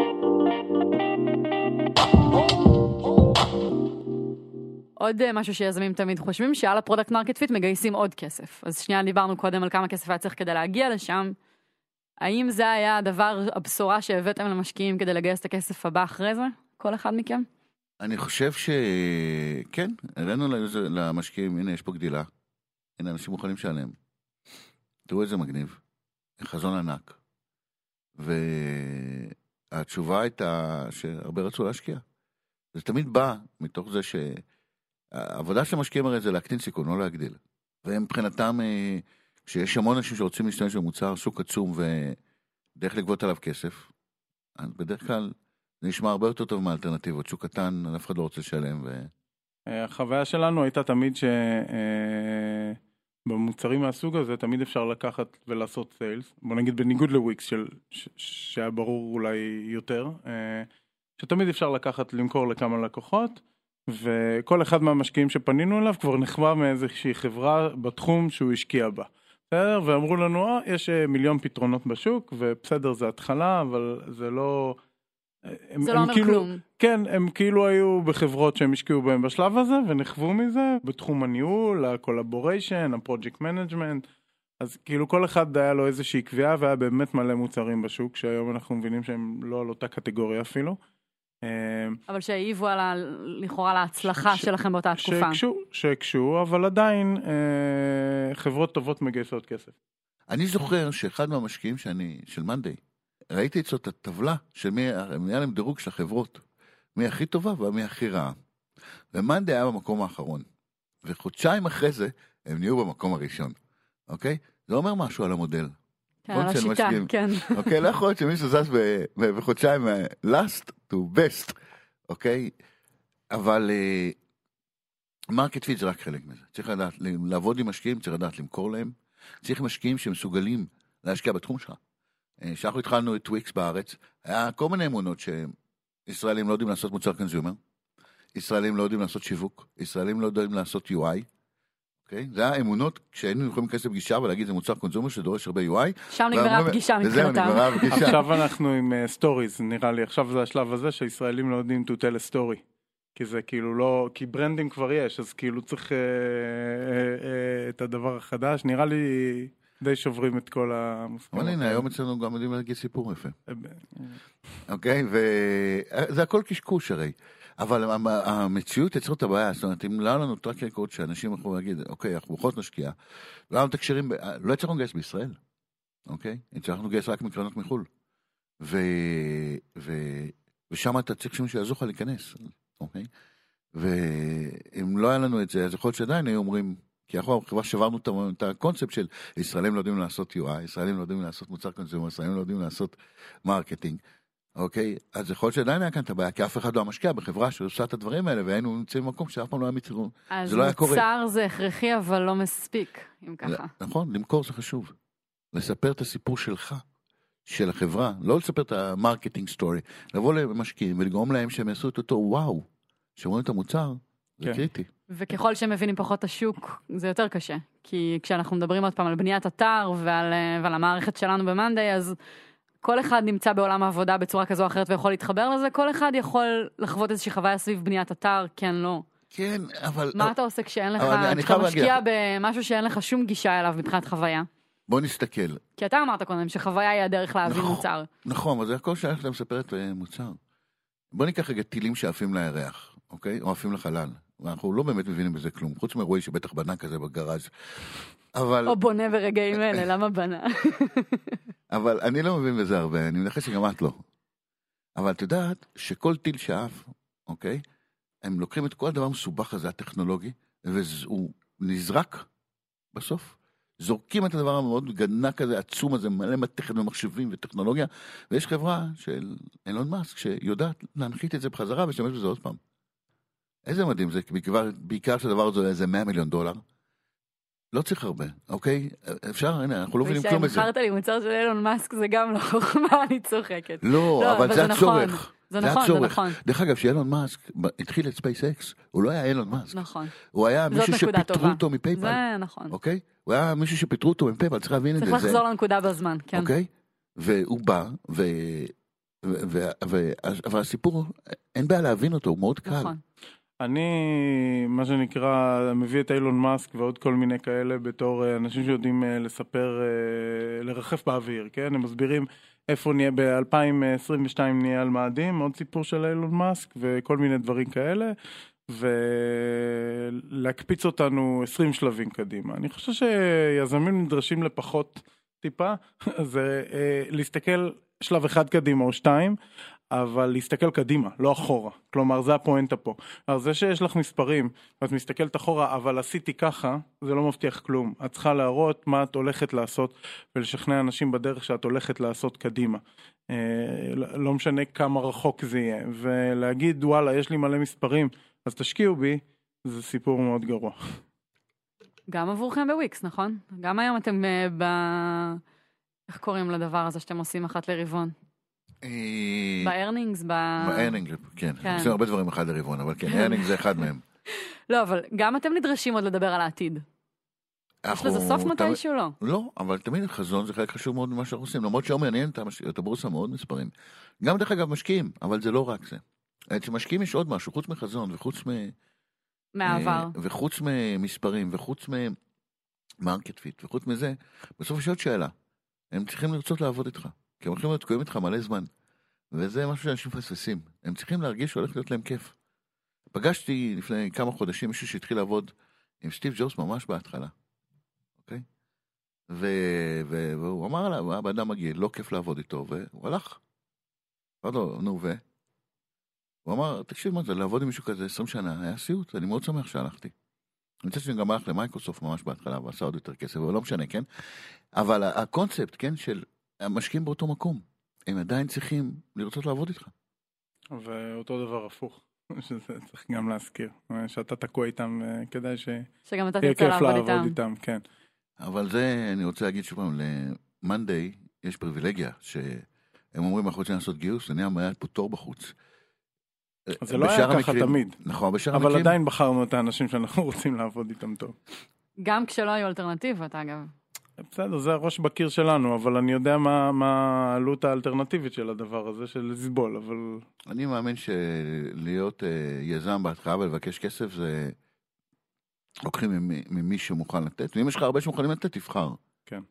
[SPEAKER 3] עוד משהו שיזמים תמיד חושבים, שעל הפרודקט מרקט פיט מגייסים עוד כסף, אז שנייה דיברנו קודם על כמה כסף היה צריך כדי להגיע לשם, האם זה היה הדבר, הבשורה שהבאתם למשקיעים כדי לגייס את הכסף הבא אחרי זה? כל אחד מכם?
[SPEAKER 1] אני חושב שכן, הראינו למשקיעים, הנה יש פה גדילה, הנה אנשים מוכנים שעליהם. תראו איזה מגניב, חזון ענק. והתשובה הייתה שהרבה רצו להשקיע. זה תמיד בא מתוך זה שהעבודה של המשקיעים הרי זה להקטין סיכון, לא להגדיל. והם מבחינתם, כשיש המון אנשים שרוצים להשתמש במוצר, שוק עצום ודרך לגבות עליו כסף, אז בדרך כלל זה נשמע הרבה יותר טוב מהאלטרנטיבות. שוק קטן, אף אחד לא רוצה לשלם.
[SPEAKER 4] החוויה שלנו הייתה תמיד שבמוצרים מהסוג הזה תמיד אפשר לקחת ולעשות סיילס, בוא נגיד בניגוד לוויקס שהיה ברור אולי יותר, שתמיד אפשר לקחת למכור לכמה לקוחות, וכל אחד מהמשקיעים שפנינו אליו כבר נחווה מאיזושהי חברה בתחום שהוא השקיע בה. בסדר? ואמרו לנו, יש מיליון פתרונות בשוק, ובסדר, זה התחלה, אבל זה לא...
[SPEAKER 3] זה לא אומר כלום.
[SPEAKER 4] כן, הם כאילו היו בחברות שהם השקיעו בהם בשלב הזה, ונחוו מזה בתחום הניהול, הקולבוריישן, הפרויקט מנג'מנט, אז כאילו כל אחד היה לו איזושהי קביעה, והיה באמת מלא מוצרים בשוק, שהיום אנחנו מבינים שהם לא על אותה קטגוריה אפילו.
[SPEAKER 3] אבל שהעיבו לכאורה להצלחה שלכם באותה תקופה.
[SPEAKER 4] שהקשו, אבל עדיין חברות טובות מגייסות כסף.
[SPEAKER 1] אני זוכר שאחד מהמשקיעים של מנדי, ראיתי אצלו את הטבלה של מי היה להם דירוג של החברות, מי הכי טובה ומי הכי רעה. ומנדי היה במקום האחרון. וחודשיים אחרי זה הם נהיו במקום הראשון. אוקיי? זה אומר משהו על המודל.
[SPEAKER 3] כן, על השיטה, כן.
[SPEAKER 1] אוקיי, לא יכול להיות שמישהו זז בחודשיים last to best, אוקיי? אבל מרקט פיט זה רק חלק מזה. צריך לדעת, לעבוד עם משקיעים, צריך לדעת למכור להם. צריך משקיעים שמסוגלים להשקיע בתחום שלך. כשאנחנו התחלנו את וויקס בארץ, היה כל מיני אמונות שישראלים לא יודעים לעשות מוצר קונזיומר, ישראלים לא יודעים לעשות שיווק, ישראלים לא יודעים לעשות UI, אוקיי? זה היה אמונות כשהיינו יכולים להיכנס לפגישה ולהגיד זה מוצר קונזיומר שדורש הרבה UI.
[SPEAKER 3] שם נגמרה הפגישה מבחינתם.
[SPEAKER 4] עכשיו אנחנו עם סטוריז, נראה לי, עכשיו זה השלב הזה שישראלים לא יודעים to tell a story. כי זה כאילו לא, כי ברנדים כבר יש, אז כאילו צריך את הדבר החדש, נראה לי די שוברים את כל המוסכמות.
[SPEAKER 1] אבל הנה, היום אצלנו גם יודעים להגיד סיפור יפה. אוקיי, וזה הכל קשקוש הרי. אבל המציאות יצרות את הבעיה, זאת אומרת, אם לא לנו טרק רקורד שאנשים יכולים להגיד, אוקיי, אנחנו בכל זאת נשקיע, לא לנו תקשרים, לא יצטרכנו לגייס בישראל, אוקיי? יצטרכנו לגייס רק מקרנות מחול. ושם אתה צריך שמישהו יעזור לך להיכנס, אוקיי? ואם לא היה לנו את זה, אז יכול להיות שעדיין היו אומרים, כי אנחנו כבר שברנו את הקונספט של ישראלים לא יודעים לעשות UI, ישראלים לא יודעים לעשות מוצר קונזיומר, ישראלים לא יודעים לעשות מרקטינג, אוקיי? אז יכול להיות שעדיין היה כאן את הבעיה, כי אף אחד לא משקיע בחברה שעושה את הדברים האלה, והיינו נמצאים במקום שאף פעם לא היה מצרים. זה לא היה קורה.
[SPEAKER 3] אז מוצר זה הכרחי, אבל לא מספיק, אם ככה.
[SPEAKER 1] נכון, למכור זה חשוב. לספר את הסיפור שלך, של החברה, לא לספר את המרקטינג סטורי, לבוא למשקיעים ולגרום להם שהם יעשו את אותו וואו, שרואים את המוצר, זה קריטי.
[SPEAKER 3] וככל שהם מבינים פחות את השוק, זה יותר קשה. כי כשאנחנו מדברים עוד פעם על בניית אתר ועל המערכת שלנו במנדי, אז כל אחד נמצא בעולם העבודה בצורה כזו או אחרת ויכול להתחבר לזה, כל אחד יכול לחוות איזושהי חוויה סביב בניית אתר, כן, לא.
[SPEAKER 1] כן, אבל...
[SPEAKER 3] מה אתה עושה כשאין לך, כשאתה משקיע במשהו שאין לך שום גישה אליו מבחינת חוויה?
[SPEAKER 1] בוא נסתכל.
[SPEAKER 3] כי אתה אמרת קודם שחוויה היא הדרך להבין מוצר.
[SPEAKER 1] נכון, אבל זה הכל שייך שאתה מספרת מוצר. בוא ניקח רגע טילים שעפים לירח, אוקיי? או עפים לחלל. ואנחנו לא באמת מבינים בזה כלום, חוץ מרואי שבטח בנה כזה בגראז'. אבל...
[SPEAKER 3] או בונה ברגעים אלה, למה בנה?
[SPEAKER 1] אבל אני לא מבין בזה הרבה, אני מנחש שגם את לא. אבל את יודעת שכל טיל שעף, אוקיי? הם לוקחים את כל הדבר המסובך הזה, הטכנולוגי, והוא נזרק בסוף. זורקים את הדבר המאוד גדנק הזה, עצום הזה, מלא מתכת ומחשבים וטכנולוגיה, ויש חברה של אילון מאסק שיודעת להנחית את זה בחזרה ולהשתמש בזה עוד פעם. איזה מדהים זה, בעיקר שהדבר הזה איזה $100 מיליון. לא צריך הרבה, אוקיי? אפשר, הנה, אנחנו לא מבינים כלום בזה.
[SPEAKER 3] ושמחרת לי מוצר של אילון מאסק, זה גם לא חוכמה, אני צוחקת.
[SPEAKER 1] לא, אבל זה הצורך.
[SPEAKER 3] זה נכון, זה נכון.
[SPEAKER 1] דרך אגב, שאילון מאסק התחיל את SpaceX, הוא לא היה אילון מאסק.
[SPEAKER 3] נכון.
[SPEAKER 1] הוא היה מישהו שפיטרו אותו מפייפל.
[SPEAKER 3] זה נכון.
[SPEAKER 1] אוקיי? הוא היה מישהו שפיטרו אותו מפייפל, צריך להבין את זה.
[SPEAKER 3] צריך לחזור לנקודה בזמן, כן.
[SPEAKER 1] אוקיי? והוא בא, אבל הסיפור, אין בעיה להבין אותו, הוא מאוד קל.
[SPEAKER 3] נכון.
[SPEAKER 4] אני, מה שנקרא, מביא את אילון מאסק ועוד כל מיני כאלה בתור אנשים שיודעים לספר, לרחף באוויר, כן? הם מסבירים איפה נהיה ב-2022 נהיה על מאדים, עוד סיפור של אילון מאסק וכל מיני דברים כאלה, ולהקפיץ אותנו 20 שלבים קדימה. אני חושב שיזמים נדרשים לפחות טיפה, זה להסתכל שלב אחד קדימה או שתיים, אבל להסתכל קדימה, לא אחורה. כלומר, זה הפואנטה פה. אז זה שיש לך מספרים, ואת מסתכלת אחורה, אבל עשיתי ככה, זה לא מבטיח כלום. את צריכה להראות מה את הולכת לעשות, ולשכנע אנשים בדרך שאת הולכת לעשות קדימה. לא משנה כמה רחוק זה יהיה. ולהגיד, וואלה, יש לי מלא מספרים, אז תשקיעו בי, זה סיפור מאוד גרוע.
[SPEAKER 3] גם עבורכם בוויקס, נכון? גם היום אתם איך קוראים לדבר הזה שאתם עושים אחת לרבעון? בארנינגס?
[SPEAKER 1] בארנינג, כן. עושים הרבה דברים אחד לרבעון, אבל כן, ארנינג זה אחד מהם.
[SPEAKER 3] לא, אבל גם אתם נדרשים עוד לדבר על העתיד. יש לזה סוף מתישהו לא?
[SPEAKER 1] לא, אבל תמיד חזון זה חלק חשוב מאוד ממה שאנחנו עושים, למרות שהיום מעניין את הבורסה מאוד מספרים. גם דרך אגב משקיעים, אבל זה לא רק זה. כשמשקיעים יש עוד משהו, חוץ מחזון וחוץ
[SPEAKER 3] מעבר.
[SPEAKER 1] וחוץ ממספרים וחוץ ממרקט פיט וחוץ מזה, בסוף יש עוד שאלה. הם צריכים לרצות לעבוד איתך, כי הם הולכים להיות תקועים איתך מלא זמן. וזה משהו שאנשים מפספסים. הם צריכים להרגיש שהולך להיות להם כיף. פגשתי לפני כמה חודשים מישהו שהתחיל לעבוד עם סטיב ג'ובס ממש בהתחלה. אוקיי? והוא אמר לה, האדם מגיע, לא כיף לעבוד איתו, והוא הלך. אמר לו, נו ו? הוא אמר, תקשיב מה זה, לעבוד עם מישהו כזה 20 שנה, היה סיוט, אני מאוד שמח שהלכתי. אני חושב שאני גם הלך למייקרוסופט ממש בהתחלה, ועשה עוד יותר כסף, אבל לא משנה, כן? אבל הקונספט, כן, של המשקיעים באותו מקום, הם עדיין צריכים לרצות לעבוד איתך.
[SPEAKER 4] ואותו דבר הפוך, שזה צריך גם להזכיר, שאתה תקוע איתם, כדאי
[SPEAKER 3] שגם אתה תרצה לעבוד
[SPEAKER 4] איתם, כן.
[SPEAKER 1] אבל זה, אני רוצה להגיד שוב פעם, למנדי יש פריבילגיה, שהם אומרים, אנחנו רוצים לעשות גיוס, אני היה פה תור בחוץ.
[SPEAKER 4] זה לא היה ככה תמיד.
[SPEAKER 1] נכון, בשאר
[SPEAKER 4] אבל
[SPEAKER 1] המקרים...
[SPEAKER 4] עדיין בחרנו את האנשים שאנחנו רוצים לעבוד איתם טוב.
[SPEAKER 3] גם כשלא היו אלטרנטיבות, אגב.
[SPEAKER 4] בסדר, זה הראש בקיר שלנו, אבל אני יודע מה העלות האלטרנטיבית של הדבר הזה, של לסבול, אבל...
[SPEAKER 1] אני מאמין שלהיות יזם בהתחלה ולבקש כסף, זה לוקחים ממי שמוכן לתת, ואם יש לך הרבה שמוכנים לתת, תבחר.
[SPEAKER 4] כן.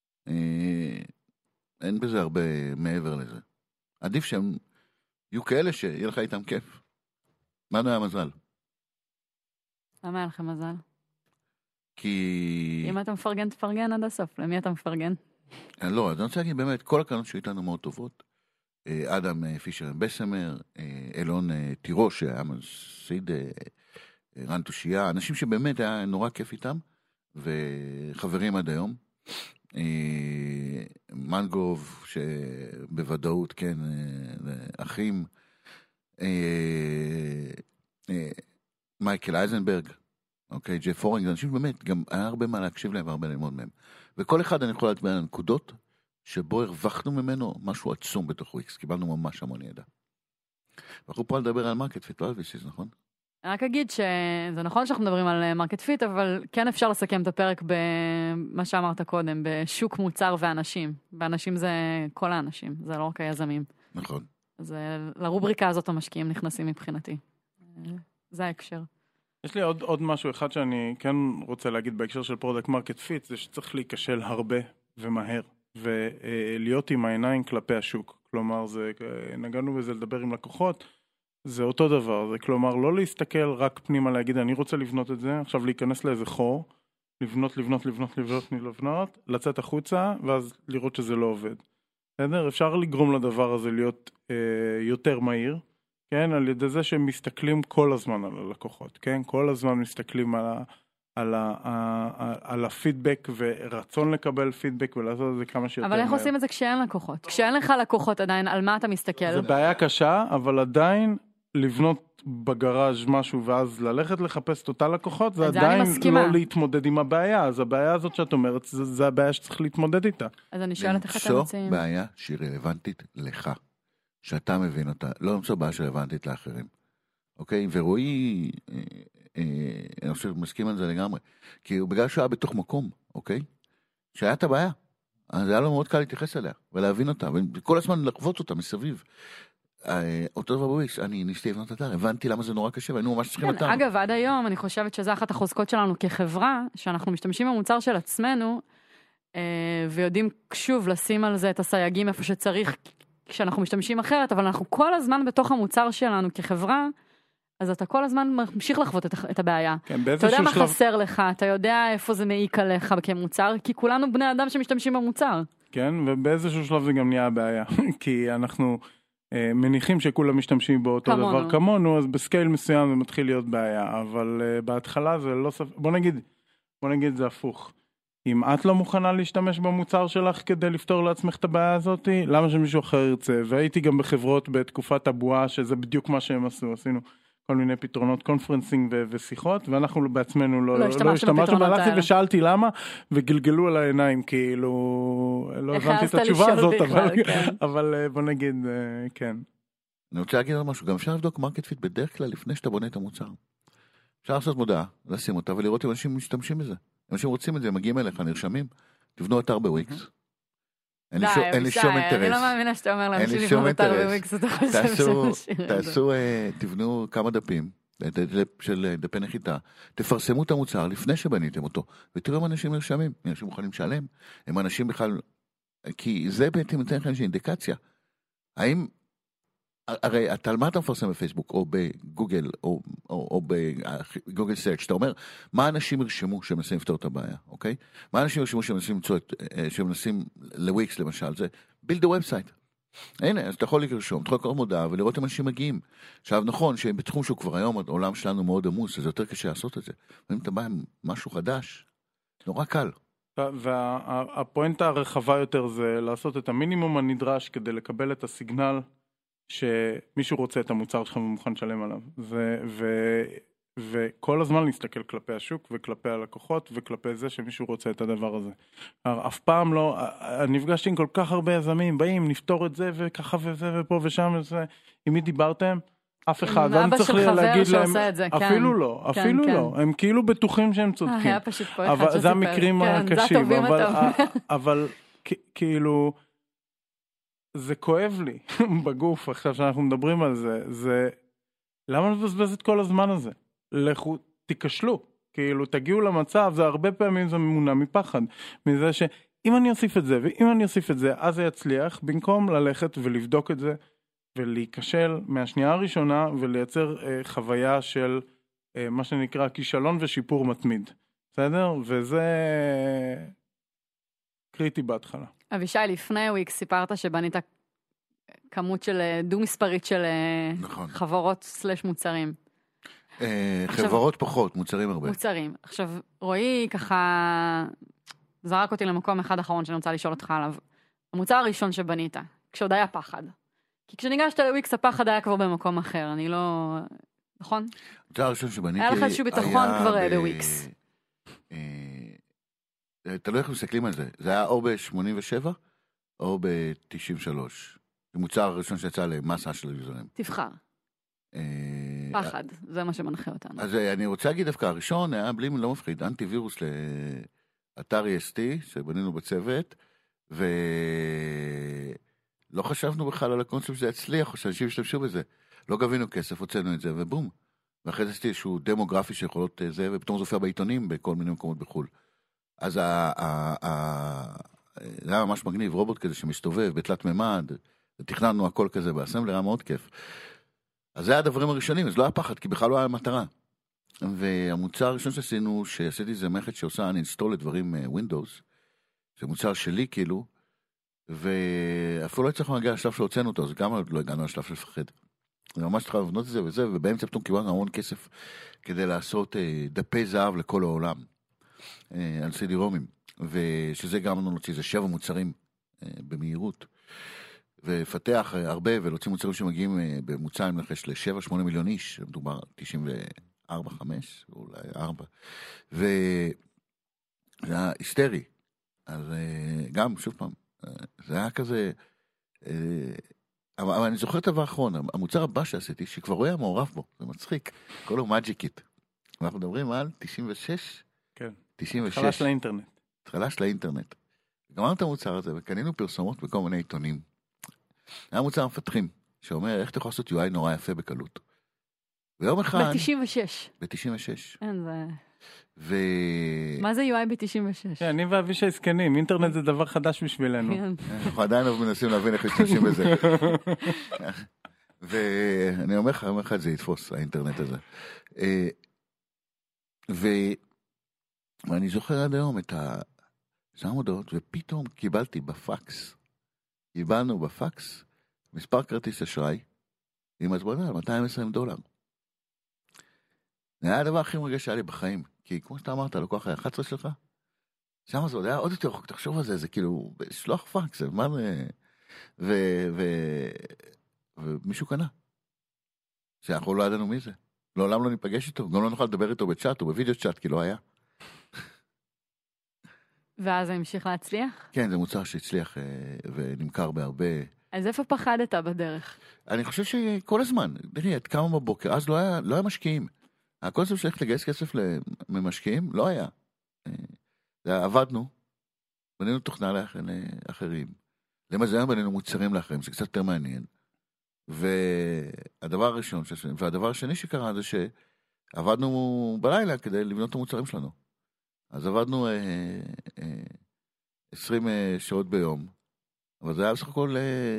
[SPEAKER 1] אין בזה הרבה מעבר לזה. עדיף שהם יהיו כאלה שיהיה לך איתם כיף. מה היה מזל?
[SPEAKER 3] למה היה לכם מזל?
[SPEAKER 1] כי...
[SPEAKER 3] אם אתה מפרגן, תפרגן עד הסוף. למי אתה מפרגן?
[SPEAKER 1] לא, אז אני רוצה להגיד באמת, כל הקרנות שאיתנו מאוד טובות. אדם פישר בסמר, אלון תירוש, שהיה מסיד, רן תושייה, אנשים שבאמת היה נורא כיף איתם, וחברים עד היום. מנגוב, שבוודאות, כן, אחים. מייקל אייזנברג. אוקיי, ג'ף פורינג, אנשים באמת, גם היה הרבה מה להקשיב להם והרבה ללמוד מהם. וכל אחד אני יכול להטביע על הנקודות, שבו הרווחנו ממנו משהו עצום בתוך וויקס, קיבלנו ממש המון ידע. ואנחנו פה לדבר על מרקט פיט, לא על ויסיס, נכון?
[SPEAKER 3] אני רק אגיד שזה נכון שאנחנו מדברים על מרקט פיט, אבל כן אפשר לסכם את הפרק במה שאמרת קודם, בשוק מוצר ואנשים. ואנשים זה כל האנשים, זה לא רק היזמים.
[SPEAKER 1] נכון.
[SPEAKER 3] אז לרובריקה הזאת המשקיעים נכנסים מבחינתי. זה ההקשר.
[SPEAKER 4] יש לי עוד משהו אחד שאני כן רוצה להגיד בהקשר של פרודקט מרקט פיט, זה שצריך להיכשל הרבה ומהר, ולהיות עם העיניים כלפי השוק. כלומר, נגענו בזה לדבר עם לקוחות, זה אותו דבר. זה כלומר, לא להסתכל רק פנימה להגיד, אני רוצה לבנות את זה, עכשיו להיכנס לאיזה חור, לבנות, לצאת החוצה, ואז לראות שזה לא עובד. בסדר? אפשר לגרום לדבר הזה להיות יותר מהיר, כן, על ידי זה שהם מסתכלים כל הזמן על הלקוחות, כן? כל הזמן מסתכלים על הפידבק ורצון לקבל פידבק ולעשות את זה כמה שיותר מהר.
[SPEAKER 3] אבל איך עושים את זה כשאין לקוחות? כשאין לך לקוחות עדיין, על מה אתה מסתכל?
[SPEAKER 4] זה בעיה קשה, אבל עדיין לבנות בגראז' משהו ואז ללכת לחפש את אותה לקוחות, זה עדיין לא להתמודד עם הבעיה. אז הבעיה הזאת שאת אומרת, זה הבעיה שצריך להתמודד איתה.
[SPEAKER 3] אז אני שואלת איך אתם מציעים.
[SPEAKER 1] למצוא בעיה שהיא רלוונטית לך. שאתה מבין אותה, לא למצוא בעיה שרלוונטית לאחרים. אוקיי? ורואי, אני חושב, מסכים על זה לגמרי. כי הוא בגלל שהוא היה בתוך מקום, אוקיי? שהיה את הבעיה. אז היה לו מאוד קל להתייחס אליה, ולהבין אותה, וכל הזמן לחוות אותה מסביב. אותו דבר בוויקס, אני ניסיתי לבנות אתר, הבנתי למה זה נורא קשה, והיינו ממש צריכים אתר.
[SPEAKER 3] אגב, עד היום אני חושבת שזה אחת החוזקות שלנו כחברה, שאנחנו משתמשים במוצר של עצמנו, ויודעים שוב לשים על זה את הסייגים איפה שצריך, כשאנחנו משתמשים אחרת, אבל אנחנו כל הזמן בתוך המוצר שלנו כחברה, אז אתה כל הזמן ממשיך לחוות את הבעיה.
[SPEAKER 4] כן,
[SPEAKER 3] אתה יודע מה חסר לך, אתה יודע איפה זה מעיק עליך כמוצר, כי כולנו בני אדם שמשתמשים במוצר.
[SPEAKER 4] כן, ובאיזשהו שלב זה גם נהיה הבעיה, כי אנחנו מניחים שכולם משתמשים באותו דבר כמונו, אז בסקייל מסוים זה מתחיל להיות בעיה, אבל בהתחלה זה לא ספק, בוא נגיד זה הפוך. אם את לא מוכנה להשתמש במוצר שלך כדי לפתור לעצמך את הבעיה הזאת, למה שמישהו אחר ירצה? והייתי גם בחברות בתקופת הבועה, שזה בדיוק מה שהם עשו, עשינו כל מיני פתרונות קונפרנסינג ושיחות, ואנחנו בעצמנו לא השתמשנו, והלכתי ושאלתי למה, וגלגלו על העיניים, כאילו, לא הבנתי את התשובה הזאת, אבל בוא נגיד, כן.
[SPEAKER 1] אני רוצה להגיד עוד משהו, גם אפשר לבדוק מרקט פיט בדרך כלל לפני שאתה בונה את המוצר. אפשר לעשות מודעה, לשים אותה ולראות אם אנשים משתמשים בזה. אנשים רוצים את זה, מגיעים אליך, נרשמים, תבנו אתר בוויקס. אין לי שום אינטרס.
[SPEAKER 3] אני לא מאמינה שאתה אומר לאנשים לבנות אתר בוויקס, אתה חושב
[SPEAKER 1] תעשו, תבנו כמה דפים, של דפי נחיתה, תפרסמו את המוצר לפני שבניתם אותו, ותראו אם אנשים נרשמים, אנשים מוכנים לשלם, הם אנשים בכלל, כי זה בעצם נותן לכם אינדיקציה. האם, הרי אתה על מה אתה מפרסם בפייסבוק, או בגוגל, או בגוגל סרצ', שאתה אומר, מה אנשים ירשמו שמנסים לפתור את הבעיה, אוקיי? מה אנשים ירשמו שמנסים לוויקס למשל, זה build the website. הנה, אז אתה יכול לרשום, אתה יכול לקרוא מודעה ולראות אם אנשים מגיעים. עכשיו נכון, שבתחום שהוא כבר היום, העולם שלנו מאוד עמוס, אז זה יותר קשה לעשות את זה. ואם אתה בא עם משהו חדש, נורא קל.
[SPEAKER 4] והפואנטה הרחבה יותר זה לעשות את המינימום הנדרש כדי לקבל את הסיגנל שמישהו רוצה את המוצר שלך ומוכן לשלם עליו. וכל הזמן להסתכל כלפי השוק וכלפי הלקוחות וכלפי זה שמישהו רוצה את הדבר הזה. אף פעם לא, נפגשתי עם כל כך הרבה יזמים, באים, נפתור את זה וככה וזה ופה ושם וזה. עם מי דיברתם? אף אחד.
[SPEAKER 3] עם אבא של חבר שעושה את זה, כן.
[SPEAKER 4] אפילו לא, אפילו לא. הם כאילו בטוחים שהם צודקים.
[SPEAKER 3] היה פשוט פה אחד שסיפר.
[SPEAKER 4] זה המקרים הקשים. אבל כאילו, זה כואב לי בגוף, עכשיו שאנחנו מדברים על זה, למה לבזבז את כל הזמן הזה? לכו, תיכשלו, כאילו תגיעו למצב, זה הרבה פעמים זה ממונע מפחד, מזה שאם אני אוסיף את זה, ואם אני אוסיף את זה, אז זה יצליח, במקום ללכת ולבדוק את זה, ולהיכשל מהשנייה הראשונה, ולייצר חוויה של מה שנקרא כישלון ושיפור מתמיד, בסדר? וזה קריטי בהתחלה.
[SPEAKER 3] אבישי, לפני וויקס סיפרת שבנית כמות של דו-מספרית של חברות סלש מוצרים.
[SPEAKER 1] חברות פחות, מוצרים הרבה.
[SPEAKER 3] מוצרים. עכשיו, רועי ככה זרק אותי למקום אחד אחרון שאני רוצה לשאול אותך עליו. המוצר הראשון שבנית, כשעוד היה פחד. כי כשניגשת לוויקס הפחד היה כבר במקום אחר, אני לא... נכון?
[SPEAKER 1] המוצר הראשון שבניתי
[SPEAKER 3] היה לך איזשהו ביטחון כבר בוויקס.
[SPEAKER 1] תלוי איך מסתכלים על זה. זה היה או ב-87 או ב-93. זה מוצר הראשון שיצא למסה של יוזרים.
[SPEAKER 3] תבחר. פחד, זה מה שמנחה אותנו.
[SPEAKER 1] אז אני רוצה להגיד דווקא, הראשון היה בלי לא מפחיד, אנטי וירוס לאתר EST שבנינו בצוות, ולא חשבנו בכלל על הקונספט שזה יצליח, או שאנשים ישתמשו בזה. לא גבינו כסף, הוצאנו את זה, ובום. ואחרי זה עשיתי איזשהו דמוגרפי שיכולות זה, ופתאום זה הופיע בעיתונים בכל מיני מקומות בחול. אז זה היה ממש מגניב, רובוט כזה שמסתובב בתלת ממד, ותכננו הכל כזה באסמבלר, היה מאוד כיף. אז זה היה הדברים הראשונים, אז לא היה פחד, כי בכלל לא היה מטרה. והמוצר הראשון שעשינו, שעשיתי זה מערכת שעושה uninstall לדברים Windows, זה מוצר שלי כאילו, ואפילו לא הצלחנו להגיע לשלב שהוצאנו אותו, אז גם לא הגענו לשלב של לפחד. אני ממש צריכה לבנות את זה וזה, ובאמצע פתאום קיבלנו המון כסף כדי לעשות דפי זהב לכל העולם, על CD-ROMים, ושזה גם לנו נוציא, זה 7 מוצרים במהירות. ופתח הרבה ולהוציא מוצרים שמגיעים במוצא עם נחש ל7-8 מיליון איש, מדובר 94-5, אולי 4, וזה היה היסטרי. אז גם, שוב פעם, זה היה כזה, אבל אני זוכר את דבר האחרון, המוצר הבא שעשיתי, שכבר רואה מעורב בו, זה מצחיק, כל הוא מג'יקיט. אנחנו מדברים על 96?
[SPEAKER 4] כן.
[SPEAKER 1] 96.
[SPEAKER 4] התחלה של האינטרנט.
[SPEAKER 1] התחלה של האינטרנט. גמרנו את המוצר הזה, וקנינו פרסומות בכל מיני עיתונים. היה מוצר מפתחים, שאומר, איך אתה יכול לעשות UI נורא יפה בקלות. ויום אחד...
[SPEAKER 3] ב-96.
[SPEAKER 1] ב-96.
[SPEAKER 3] אין זה...
[SPEAKER 1] מה
[SPEAKER 3] זה UI ב-96?
[SPEAKER 4] אני ואבישי זקנים, אינטרנט זה דבר חדש בשבילנו.
[SPEAKER 1] אנחנו עדיין מנסים להבין איך להשתמשים בזה. ואני אומר לך, זה יתפוס, האינטרנט הזה. ואני זוכר עד היום את המודעות, ופתאום קיבלתי בפקס, קיבלנו בפקס, מספר כרטיס אשראי, עם הזמנה על $220. זה היה הדבר הכי מרגש שהיה לי בחיים, כי כמו שאתה אמרת, הלקוח היה 11 שלך, שם זה היה עוד יותר רחוק, תחשוב על זה, זה כאילו, שלוח פקס, זה מה זה... ומישהו קנה. שאנחנו לא ידענו מי זה. לעולם לא ניפגש איתו, גם לא נוכל לדבר איתו בצ'אט או בווידאו צ'אט, כי לא היה.
[SPEAKER 3] ואז זה המשיך להצליח?
[SPEAKER 1] כן, זה מוצר שהצליח ונמכר בהרבה. אז
[SPEAKER 3] איפה פחדת בדרך?
[SPEAKER 1] אני חושב שכל הזמן, תראי, את כמה בבוקר, אז לא היה משקיעים. הקונספט שהולך לגייס כסף ממשקיעים, לא היה. עבדנו, בנינו תוכנה לאחרים. למזל בנינו מוצרים לאחרים, זה קצת יותר מעניין. והדבר הראשון, והדבר השני שקרה זה שעבדנו בלילה כדי לבנות את המוצרים שלנו. אז עבדנו 20 שעות ביום, אבל זה היה בסך הכל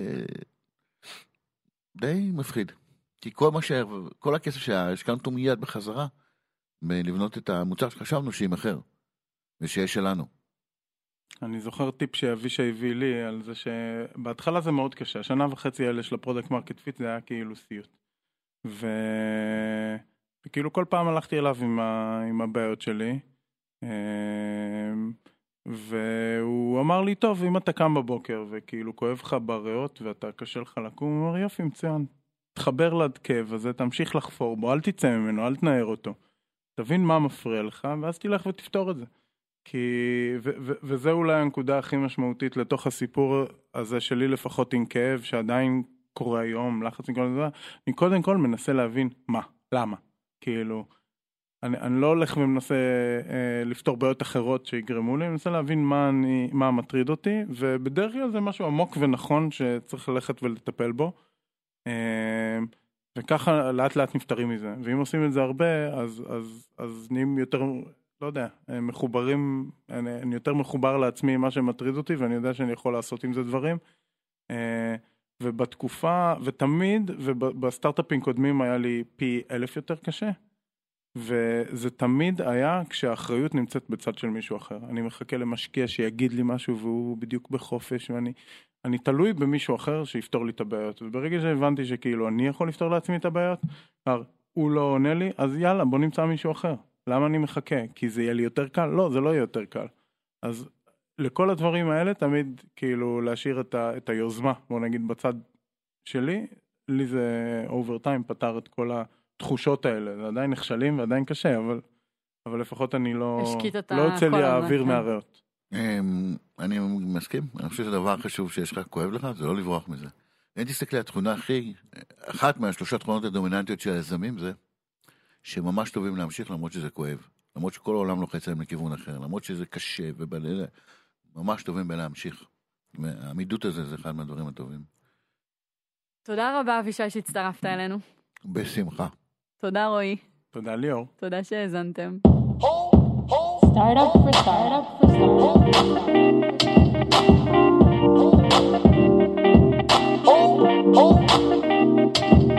[SPEAKER 1] די מפחיד. כי כל הכסף שהשקענו אותו מיד בחזרה, לבנות את המוצר שחשבנו שימחר, ושיש שלנו.
[SPEAKER 4] אני זוכר טיפ שאבישי הביא לי על זה שבהתחלה זה מאוד קשה, השנה וחצי האלה של הפרודקט מרקט פיט זה היה כאילו סיוט. וכאילו כל פעם הלכתי אליו עם הבעיות שלי, והוא אמר לי, טוב, אם אתה קם בבוקר וכאילו כואב לך בריאות ואתה קשה לך לקום, הוא אומר, יופי, מצוין, תחבר לכאב הזה, תמשיך לחפור בו, אל תצא ממנו, אל תנער אותו. תבין מה מפריע לך, ואז תלך ותפתור את זה. וזה אולי הנקודה הכי משמעותית לתוך הסיפור הזה שלי, לפחות עם כאב, שעדיין קורה היום, לחץ מכל דבר, אני קודם כל מנסה להבין מה, למה. כאילו, אני לא הולך ומנסה לפתור בעיות אחרות שיגרמו לי, אני מנסה להבין מה מטריד אותי, ובדרך כלל זה משהו עמוק ונכון שצריך ללכת ולטפל בו, וככה לאט לאט נפטרים מזה. ואם עושים את זה הרבה, אז נהיים יותר... לא יודע, מחוברים, אני יותר מחובר לעצמי מה שמטריד אותי, ואני יודע שאני יכול לעשות עם זה דברים. ובתקופה, ותמיד, ובסטארט-אפים קודמים היה לי פי 1000 יותר קשה, וזה תמיד היה כשהאחריות נמצאת בצד של מישהו אחר. אני מחכה למשקיע שיגיד לי משהו, והוא בדיוק בחופש, ואני תלוי במישהו אחר שיפתור לי את הבעיות. וברגע שהבנתי שכאילו אני יכול לפתור לעצמי את הבעיות, הוא לא עונה לי, אז יאללה, בוא נמצא מישהו אחר. למה אני מחכה? כי זה יהיה לי יותר קל? לא, זה לא יהיה יותר קל. אז לכל הדברים האלה תמיד כאילו להשאיר את היוזמה, בוא נגיד בצד שלי, לי זה אוברטיים פתר את כל התחושות האלה. זה עדיין נכשלים ועדיין קשה, אבל לפחות אני לא יוצא לי האוויר מהריאות.
[SPEAKER 1] אני מסכים, אני חושב שהדבר החשוב שיש לך כואב לך, זה לא לברוח מזה. אני תסתכלי, התכונה אחת מהשלושה תכונות הדומיננטיות של היזמים זה, שממש טובים להמשיך למרות שזה כואב, למרות שכל העולם לוחץ להם לכיוון אחר, למרות שזה קשה ובלילה, ממש טובים בלהמשיך. העמידות הזה זה אחד מהדברים הטובים.
[SPEAKER 3] תודה רבה אבישי שהצטרפת אלינו.
[SPEAKER 1] בשמחה.
[SPEAKER 3] תודה רועי.
[SPEAKER 4] תודה ליאור.
[SPEAKER 3] תודה שהאזנתם.
[SPEAKER 2] Startup for startup for startup.